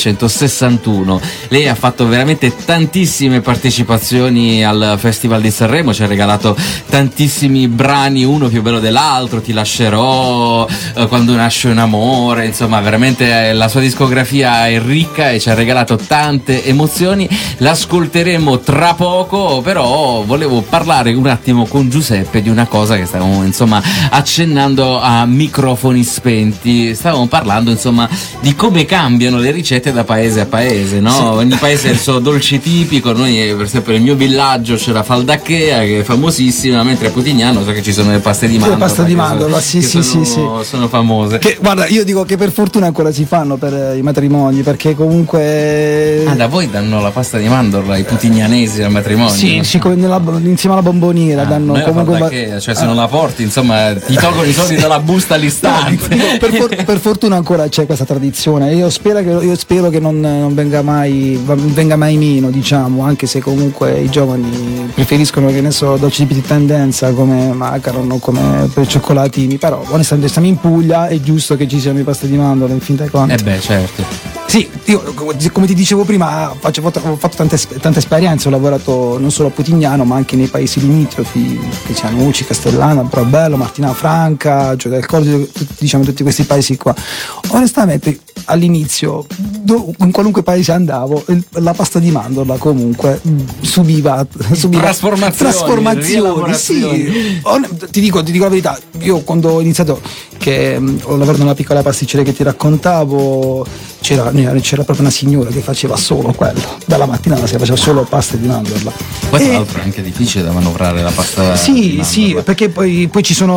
1961. Lei ha fatto veramente tantissime partecipazioni al Festival di Sanremo, ci ha regalato tantissimi brani, uno più bello dell'altro, Ti lascerò, Quando nasce un amore, insomma veramente la sua discografia è ricca e ci ha regalato tante emozioni. L'ascolteremo tra poco, però volevo parlare un attimo con Giuseppe di una cosa che stavamo insomma accennando a microfoni spenti. Stavamo parlando insomma di come cambiano le ricette da paese a paese, no? Sì. Ogni paese ha il suo dolce tipico. Noi per esempio nel mio villaggio c'è la faldacchea che è famosissima, mentre a Putignano so che ci sono le paste di mandorla. Le paste di mandorla, sì. Sono famose. Che, guarda, io dico che per fortuna ancora si fanno per i matrimoni, perché comunque. Da voi danno la pasta di mandorla, i putignanesi al matrimonio? Sì, insieme alla bomboniera danno comunque. Cioè, se non la porti, insomma, ti tolgono i soldi dalla busta all'istante. Per fortuna ancora c'è questa tradizione. Io spero che non venga mai meno, diciamo, anche se comunque i giovani preferiscono, che ne so, dolci tipi di tendenza come macaron o come per cioccolatini, però onestamente stiamo in Puglia, è giusto che ci siano i pasti di mandorla, in fin dei conti. Certo. Sì, io come ti dicevo prima ho fatto tante esperienze, ho lavorato non solo a Putignano ma anche nei paesi limitrofi, Cianucci, Castellana, Brabello, Martina Franca, Gioia del Colle, diciamo tutti questi paesi qua. Onestamente all'inizio in qualunque paese andavo la pasta di mandorla comunque subiva trasformazioni. Sì. Ti dico la verità, io quando ho iniziato, che ho lavorato in una piccola pasticceria che ti raccontavo, c'era proprio una signora che faceva solo quello, dalla mattina alla sera faceva solo pasta di mandorla. Poi tra l'altro è anche difficile da manovrare la pasta di mandorla. Perché poi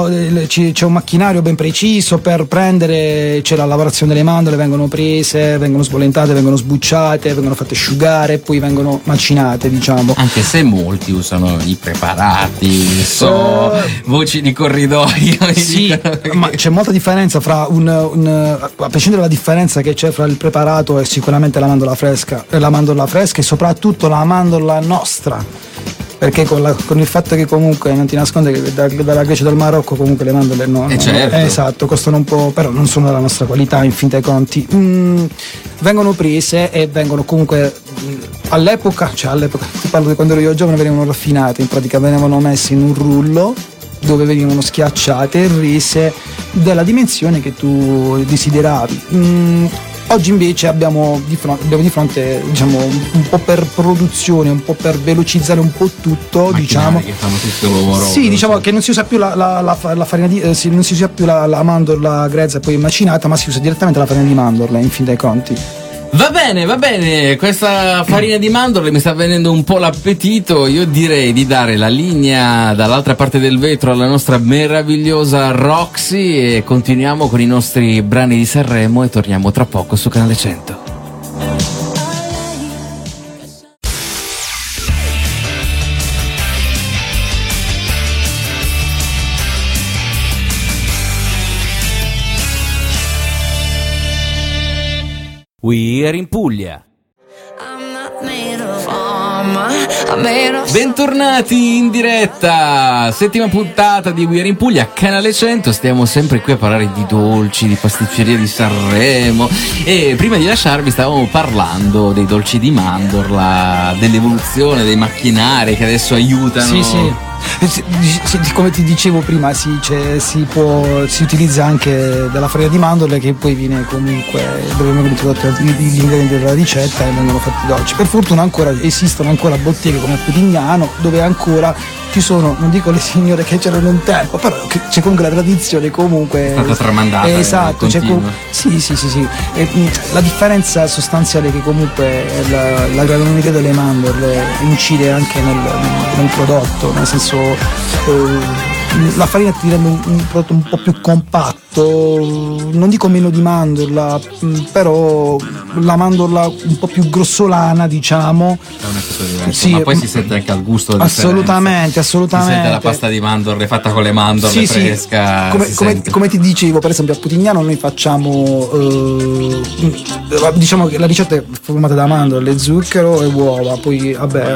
c'è un macchinario ben preciso per prendere, c'è la lavorazione delle mandorle, vengono prese, vengono sbollentate, vengono sbucciate, vengono fatte asciugare, poi vengono macinate, diciamo. Anche se molti usano i preparati, voci di corridoio. Sì, ma c'è molta differenza fra a prescindere dalla differenza che c'è fra il preparato e sicuramente la mandorla fresca e soprattutto la mandorla nostra, perché con il fatto che comunque non ti nasconde che dalla Grecia e dal Marocco comunque le mandorle certo. Esatto, costano un po', però non sono della nostra qualità in fin dei conti. Vengono prese e vengono comunque all'epoca, ti parlo di quando ero io giovane, venivano raffinate, in pratica venivano messe in un rullo dove venivano schiacciate e rese della dimensione che tu desideravi. Oggi invece abbiamo di fronte diciamo un po' per produzione, un po' per velocizzare un po' tutto, macchinari, diciamo che fanno tutto il lavoro. Sì, diciamo che non si usa più la farina non si usa più la mandorla grezza e poi macinata, ma si usa direttamente la farina di mandorla, in fin dei conti. Va bene, questa farina di mandorle mi sta venendo un po' l'appetito. Io direi di dare la linea dall'altra parte del vetro alla nostra meravigliosa Roxy e continuiamo con i nostri brani di Sanremo e torniamo tra poco su Canale 100. We Are in Puglia. Bentornati in diretta, settima puntata di We Are in Puglia, Canale 100. Stiamo sempre qui a parlare di dolci, di pasticceria di Sanremo e prima di lasciarvi stavamo parlando dei dolci di mandorla, dell'evoluzione dei macchinari che adesso aiutano. Sì. Come ti dicevo prima, si utilizza anche della farina di mandorle, che poi viene comunque, dove vengono introdotti gli ingredienti della ricetta e vengono fatti dolci. Per fortuna esistono ancora botteghe come a Putignano, dove ancora ci sono, non dico le signore che c'erano un tempo, però c'è comunque la tradizione comunque è stata tramandata. Esatto, c'è sì. La differenza sostanziale è che comunque la granulometria delle mandorle incide anche nel prodotto, nel senso la farina ti rende un prodotto un po' più compatto, non dico meno di mandorla, però la mandorla un po' più grossolana, diciamo. È una cosa diversa, sì, ma poi si sente anche al gusto. Assolutamente. Si sente la pasta di mandorle fatta con le mandorle fresca. Come ti dicevo, per esempio a Putignano noi facciamo diciamo che la ricetta è formata da mandorle, zucchero e uova, poi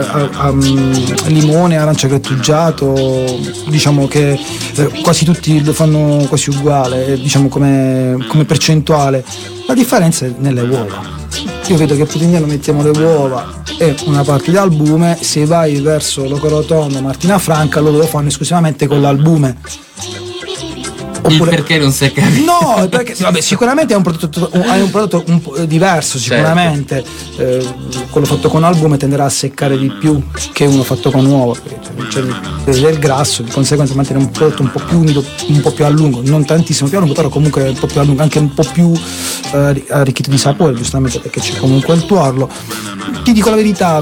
limone, arancia grattugiato, diciamo che quasi tutti lo fanno quasi uguale, diciamo come percentuale. La differenza è nelle uova. Io vedo che a Putignano mettiamo le uova e una parte di albume. Se vai verso Locorotondo, Martina Franca, loro lo fanno esclusivamente con l'albume. Oppure... Il perché non si è capito? No, perché sicuramente è un prodotto un po' diverso, sicuramente. Certo. Quello fatto con albume tenderà a seccare di più che uno fatto con uovo, c'è del grasso, di conseguenza mantiene un prodotto un po' più umido, un po' più a lungo, non tantissimo più a lungo, però comunque un po' più a lungo, anche un po' più arricchito di sapore, giustamente perché c'è comunque il tuorlo. Ti dico la verità,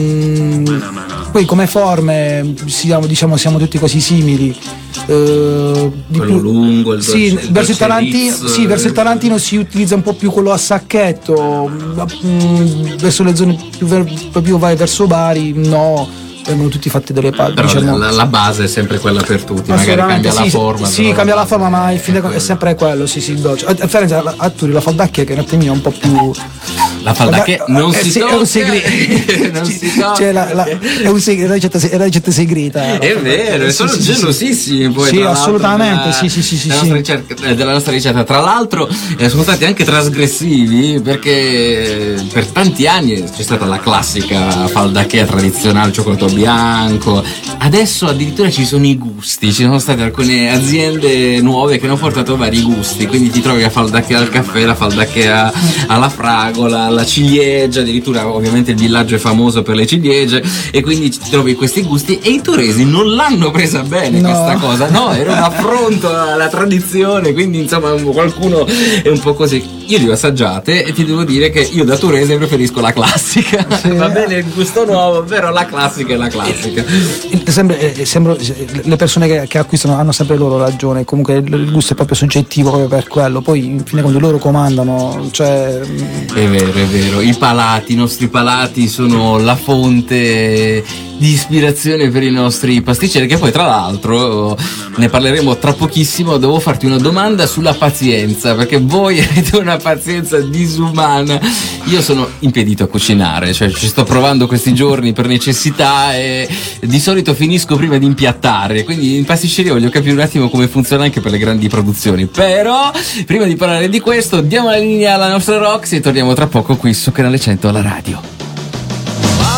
poi come forme siamo tutti così simili. Quello lungo, il dolce, verso il Tarantino si utilizza un po' più quello a sacchetto, verso le zone più vai verso Bari vengono tutti fatti delle palle. Però diciamo, la base è sempre quella per tutti, magari cambia la forma. Sì, cambia la forma, ma in fine è sempre quello, il dolce. A differenza a Turi la faldacchia, che in realtà è un po' più... La faldacchia non si tocca. È un segreto. Non si tocca. Cioè, è una ricetta segreta. È vero, sono gelosissimi poi. Sì, assolutamente, sì. Della nostra ricetta. Tra l'altro sono stati anche trasgressivi, perché per tanti anni c'è stata la classica faldacchia tradizionale, cioccolato bianco. Adesso addirittura ci sono i gusti, ci sono state alcune aziende nuove che hanno portato vari gusti, quindi ti trovi la faldacchia al caffè, la faldacchia alla fragola, la ciliegia, addirittura ovviamente il villaggio è famoso per le ciliegie, e quindi ti trovi questi gusti, e i toresi non l'hanno presa bene questa cosa, no, era un affronto alla tradizione, quindi insomma qualcuno è un po' così. Io li ho assaggiate e ti devo dire che io da torese preferisco la classica. Va bene il gusto nuovo, però la classica è la classica. Sembra le persone che acquistano hanno sempre loro ragione, comunque il gusto è proprio soggettivo, proprio per quello, poi infine quando loro comandano, cioè... È vero, i nostri palati sono la fonte di ispirazione per i nostri pasticceri, che poi tra l'altro ne parleremo tra pochissimo. Devo farti una domanda sulla pazienza, perché voi avete una pazienza disumana. Io sono impedito a cucinare, cioè ci sto provando questi giorni per necessità e di solito finisco prima di impiattare, quindi in pasticceria voglio capire un attimo come funziona anche per le grandi produzioni. Però prima di parlare di questo diamo la linea alla nostra Roxy e torniamo tra poco qui su Canale 100 alla radio.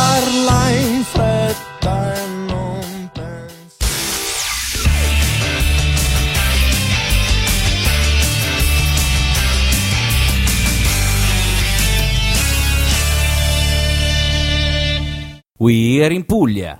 We Are in Puglia.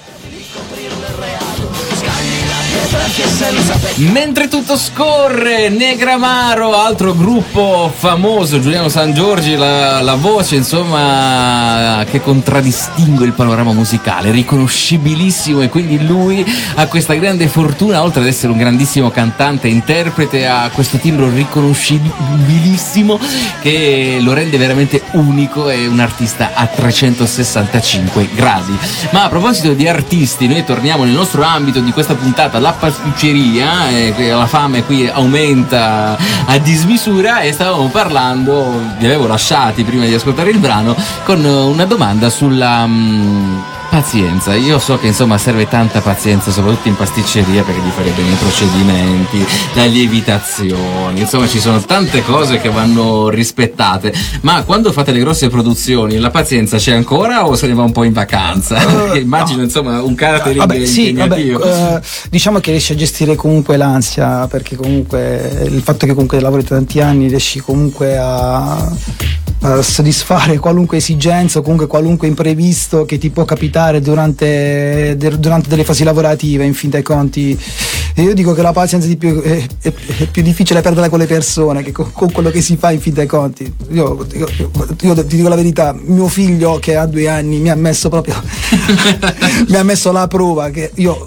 Mentre tutto scorre, Negramaro, altro gruppo famoso, Giuliano Sangiorgi, la voce insomma che contraddistingue il panorama musicale, riconoscibilissimo, e quindi lui ha questa grande fortuna, oltre ad essere un grandissimo cantante e interprete, ha questo timbro riconoscibilissimo che lo rende veramente unico, è un artista a 365 gradi. Ma a proposito di artisti, noi torniamo nel nostro ambito di questa puntata, la pasticceria, la fame qui aumenta a dismisura, e stavamo parlando, vi avevo lasciati prima di ascoltare il brano, con una domanda sulla pazienza. Io so che insomma serve tanta pazienza, soprattutto in pasticceria, perché di fare bene i procedimenti, la lievitazione, insomma ci sono tante cose che vanno rispettate. Ma quando fate le grosse produzioni la pazienza c'è ancora o se ne va un po' in vacanza? Immagino no. Insomma un catering impegnativo. Diciamo che riesci a gestire comunque l'ansia, perché comunque il fatto che comunque lavori tanti anni riesci comunque a soddisfare qualunque esigenza o comunque qualunque imprevisto che ti può capitare durante delle fasi lavorative. In fin dei conti io dico che la pazienza è più difficile perderla con le persone che con quello che si fa. In fin dei conti io ti dico la verità, mio figlio che ha 2 anni mi ha messo proprio mi ha messo alla prova, che io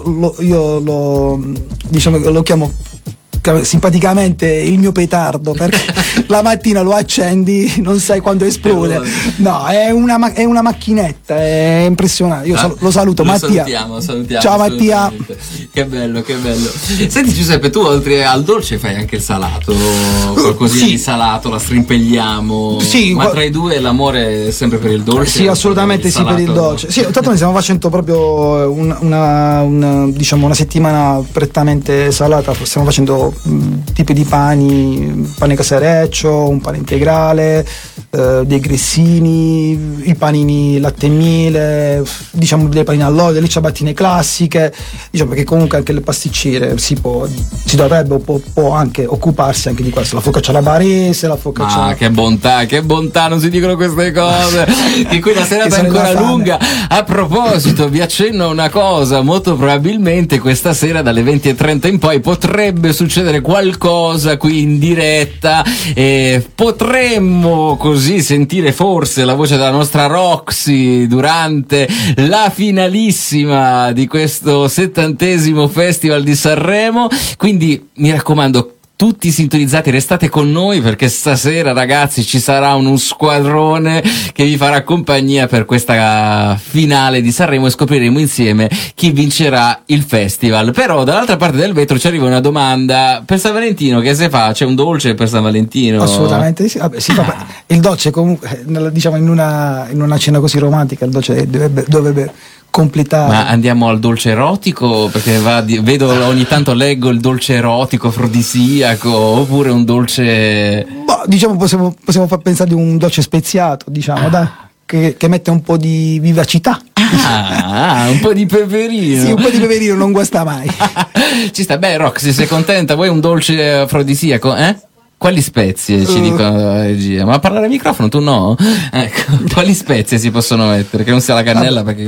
lo chiamo simpaticamente il mio petardo, perché la mattina lo accendi, non sai quando esplode. No, è una macchinetta, è impressionante. Io lo saluto, Mattia. Salutiamo. Ciao Mattia. Che bello. Senti Giuseppe, tu oltre al dolce fai anche il salato, qualcosina di salato, la strimpelliamo. Sì, ma tra i due l'amore è sempre per il dolce? Sì, assolutamente sì, per il dolce. Sì, tanto noi stiamo facendo proprio una settimana prettamente salata, stiamo facendo tipi di pane casereccio, un pane integrale, dei grissini, i panini latte e miele, diciamo dei panini all'olio, le ciabattine classiche. Diciamo che comunque anche le pasticcere si dovrebbe o può anche occuparsi anche di questo, la focaccia alla barese, la focaccia. Che bontà, non si dicono queste cose. Che qui la serata è ancora lunga. A proposito, vi accenno una cosa: molto probabilmente questa sera dalle 20:30 in poi potrebbe succedere qualcosa qui in diretta, e potremmo così sentire forse la voce della nostra Roxy durante la finalissima di questo 70° Festival di Sanremo. Quindi mi raccomando, tutti sintonizzati, restate con noi, perché stasera ragazzi ci sarà uno squadrone che vi farà compagnia per questa finale di Sanremo, e scopriremo insieme chi vincerà il festival. Però dall'altra parte del vetro ci arriva una domanda: per San Valentino che si fa? C'è un dolce per San Valentino? Assolutamente sì. Vabbè, il dolce comunque, diciamo in una cena così romantica, il dolce dovrebbe completare. Ma andiamo al dolce erotico, perché vedo ogni tanto leggo il dolce erotico afrodisiaco, oppure un dolce, diciamo possiamo far pensare di un dolce speziato, diciamo, dai, che mette un po' di vivacità. Un po' di peperino. Sì, un po' di peperino non guasta mai. Ci sta. Beh, Roxy, sei contenta? Vuoi un dolce afrodisiaco? Quali spezie ci dicono la regia? Ma a parlare al microfono tu no? Ecco, quali spezie si possono mettere? Che non sia la cannella, perché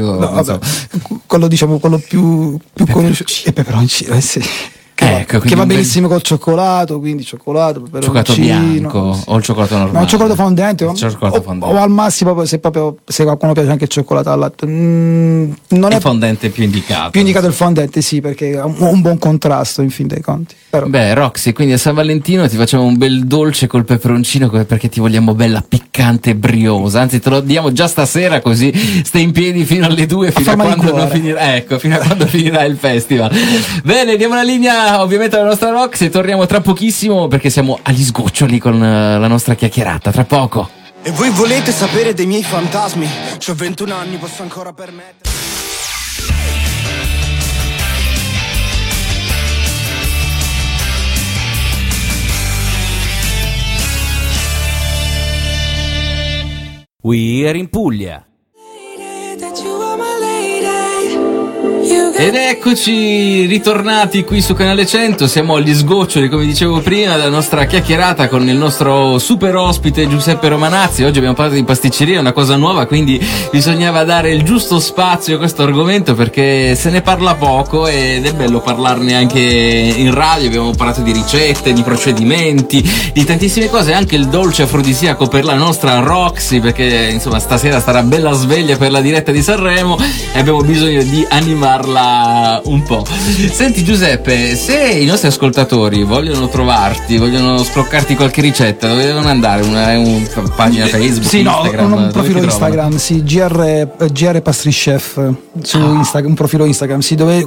quello più conosciuto è peperoncino, sì. Che va benissimo col cioccolato, quindi cioccolato bianco o il cioccolato normale? No, cioccolato fondente, o al massimo se qualcuno piace anche il cioccolato al latte. Non è fondente più indicato. Più indicato il fondente, sì, perché ha un buon contrasto in fin dei conti. Però. Beh, Roxy, quindi a San Valentino ti facciamo un bel dolce col peperoncino, perché ti vogliamo bella piccante e briosa. Anzi, te lo diamo già stasera, così stai in piedi fino alle 2, fino a quando non finirà. Ecco, fino a quando finirà il festival. Bene, diamo la linea ovviamente alla nostra Roxy e torniamo tra pochissimo, perché siamo agli sgoccioli con la nostra chiacchierata. Tra poco. E voi volete sapere dei miei fantasmi? C'ho 21 anni, posso ancora permettere. We Are in Puglia. Ed eccoci ritornati qui su Canale 100, siamo agli sgoccioli, come dicevo prima, della nostra chiacchierata con il nostro super ospite Giuseppe Romanazzi. Oggi abbiamo parlato di pasticceria, una cosa nuova, quindi bisognava dare il giusto spazio a questo argomento perché se ne parla poco ed è bello parlarne anche in radio. Abbiamo parlato di ricette, di procedimenti, di tantissime cose, anche il dolce afrodisiaco per la nostra Roxy, perché insomma stasera starà bella sveglia per la diretta di Sanremo e abbiamo bisogno di animarla un po'. Senti Giuseppe, se i nostri ascoltatori vogliono trovarti, vogliono scroccarti qualche ricetta, dove devono andare? Una pagina Facebook? Sì, Instagram, no, un profilo Instagram, sì, GR Pastry Chef su Instagram, un profilo Instagram, sì, dove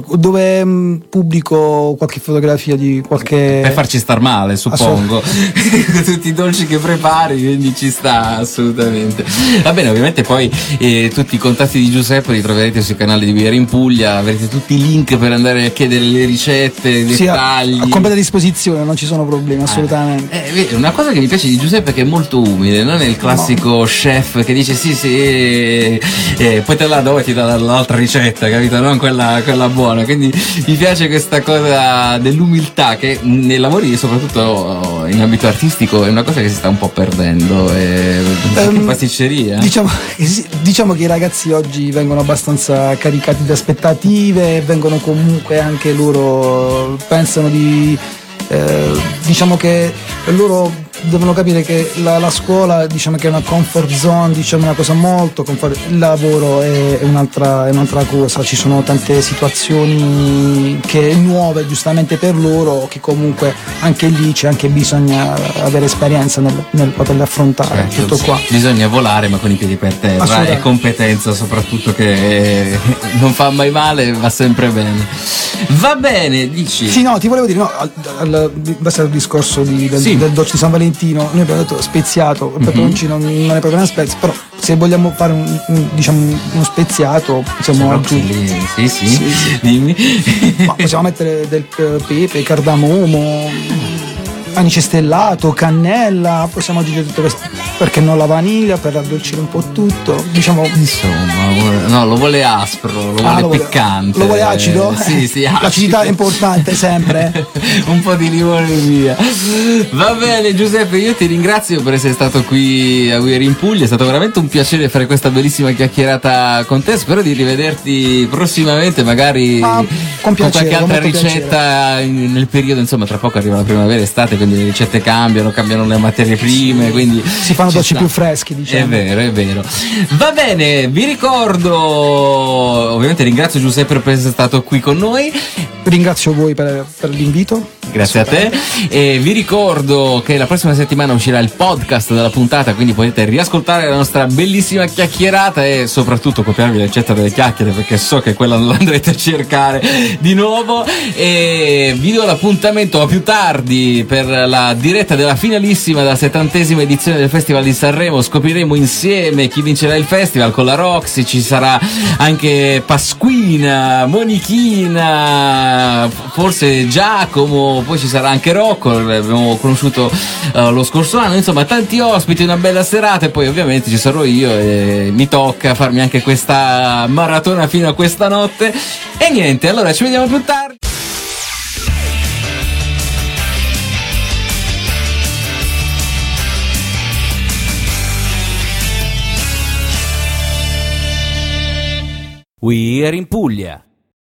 pubblico qualche fotografia di qualche... Per farci star male, suppongo. Tutti i dolci che prepari, quindi ci sta assolutamente. Va bene, ovviamente poi tutti i contatti di Giuseppe li troverete sul canale di Biere in Puglia, avrete tutti i link per andare a chiedere le ricette, i dettagli. A completa disposizione, non ci sono problemi, assolutamente. Una cosa che mi piace di Giuseppe è che è molto umile, non è il classico chef che dice sì, poi te la do e ti dà l'altra ricetta, capito? Non quella buona. Quindi mi piace questa cosa dell'umiltà che nei lavori, soprattutto in ambito artistico, è una cosa che si sta un po' perdendo. In pasticceria. Diciamo che i ragazzi oggi vengono abbastanza caricati di aspettative, vengono comunque anche loro, pensano diciamo che loro devono capire che la scuola, diciamo che è una comfort zone, diciamo una cosa molto comfort, il lavoro è un'altra cosa, ci sono tante situazioni che nuove giustamente per loro, che comunque anche lì c'è anche bisogna avere esperienza nel poterle affrontare, tutto qua. Bisogna volare ma con i piedi per terra e competenza soprattutto, che non fa mai male, va sempre bene. Va bene, dici? Sì, no, ti volevo dire, basta il discorso del dolce di San Valentino, noi abbiamo detto speziato, il peperoncino non è proprio una spezia, però se vogliamo fare uno speziato possiamo aggiungere. Sì. Dimmi. Ma possiamo mettere del pepe, cardamomo, anice stellato, cannella, possiamo aggiungere tutto questo, perché non la vaniglia per addolcire un po' tutto, diciamo. Insomma, no, lo vuole aspro, lo vuole piccante. Lo vuole acido? Sì, acido. L'acidità è importante sempre. Un po' di limone via. Va bene Giuseppe, io ti ringrazio per essere stato qui a We Are in Puglia, è stato veramente un piacere fare questa bellissima chiacchierata con te, spero di rivederti prossimamente, magari con qualche altra ricetta nel periodo, insomma tra poco arriva la primavera, estate, quindi le ricette cambiano le materie prime, quindi si fanno dolci più freschi, diciamo. È vero. Va bene, vi ricordo, ovviamente ringrazio Giuseppe per essere stato qui con noi. Ringrazio voi per l'invito. Grazie a te. E vi ricordo che la prossima settimana uscirà il podcast della puntata, quindi potete riascoltare la nostra bellissima chiacchierata e soprattutto copiarvi la ricetta delle chiacchiere, perché so che quella non la andrete a cercare di nuovo. E vi do l'appuntamento a più tardi per la diretta della finalissima della 70ª edizione del Festival di Sanremo. Scopriremo insieme chi vincerà il festival con la Roxy, ci sarà anche Pasquina, Monichina, forse Giacomo, poi ci sarà anche Rocco, l'abbiamo conosciuto lo scorso anno, insomma tanti ospiti, una bella serata, e poi ovviamente ci sarò io e mi tocca farmi anche questa maratona fino a questa notte. E niente, allora ci vediamo più tardi. We Are in Puglia.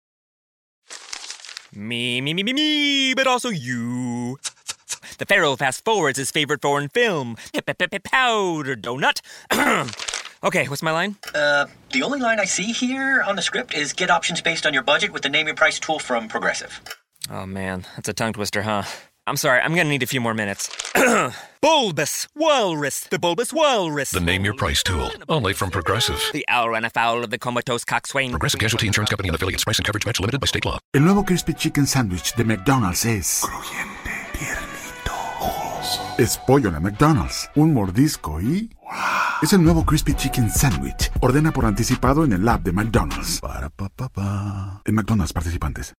Me, but also you. The Pharaoh fast forwards his favorite foreign film, Powder Donut. Okay, what's my line? The only line I see here on the script is get options based on your budget with the Name Your Price tool from Progressive. Oh man, that's a tongue twister, huh? I'm sorry, I'm gonna need a few more minutes. Bulbous Walrus, the Bulbous Walrus. The Name Your Price tool, only from Progressive. The owl ran afoul of the comatose coxswain. Progressive Casualty Insurance Company and affiliates. Price and coverage match limited by state law. El nuevo Crispy Chicken Sandwich de McDonald's es crujiente, tiernito, jugoso. Es pollo de McDonald's, un mordisco y ¡wow! Es el nuevo Crispy Chicken Sandwich. Ordena por anticipado en el app de McDonald's. En McDonald's participantes.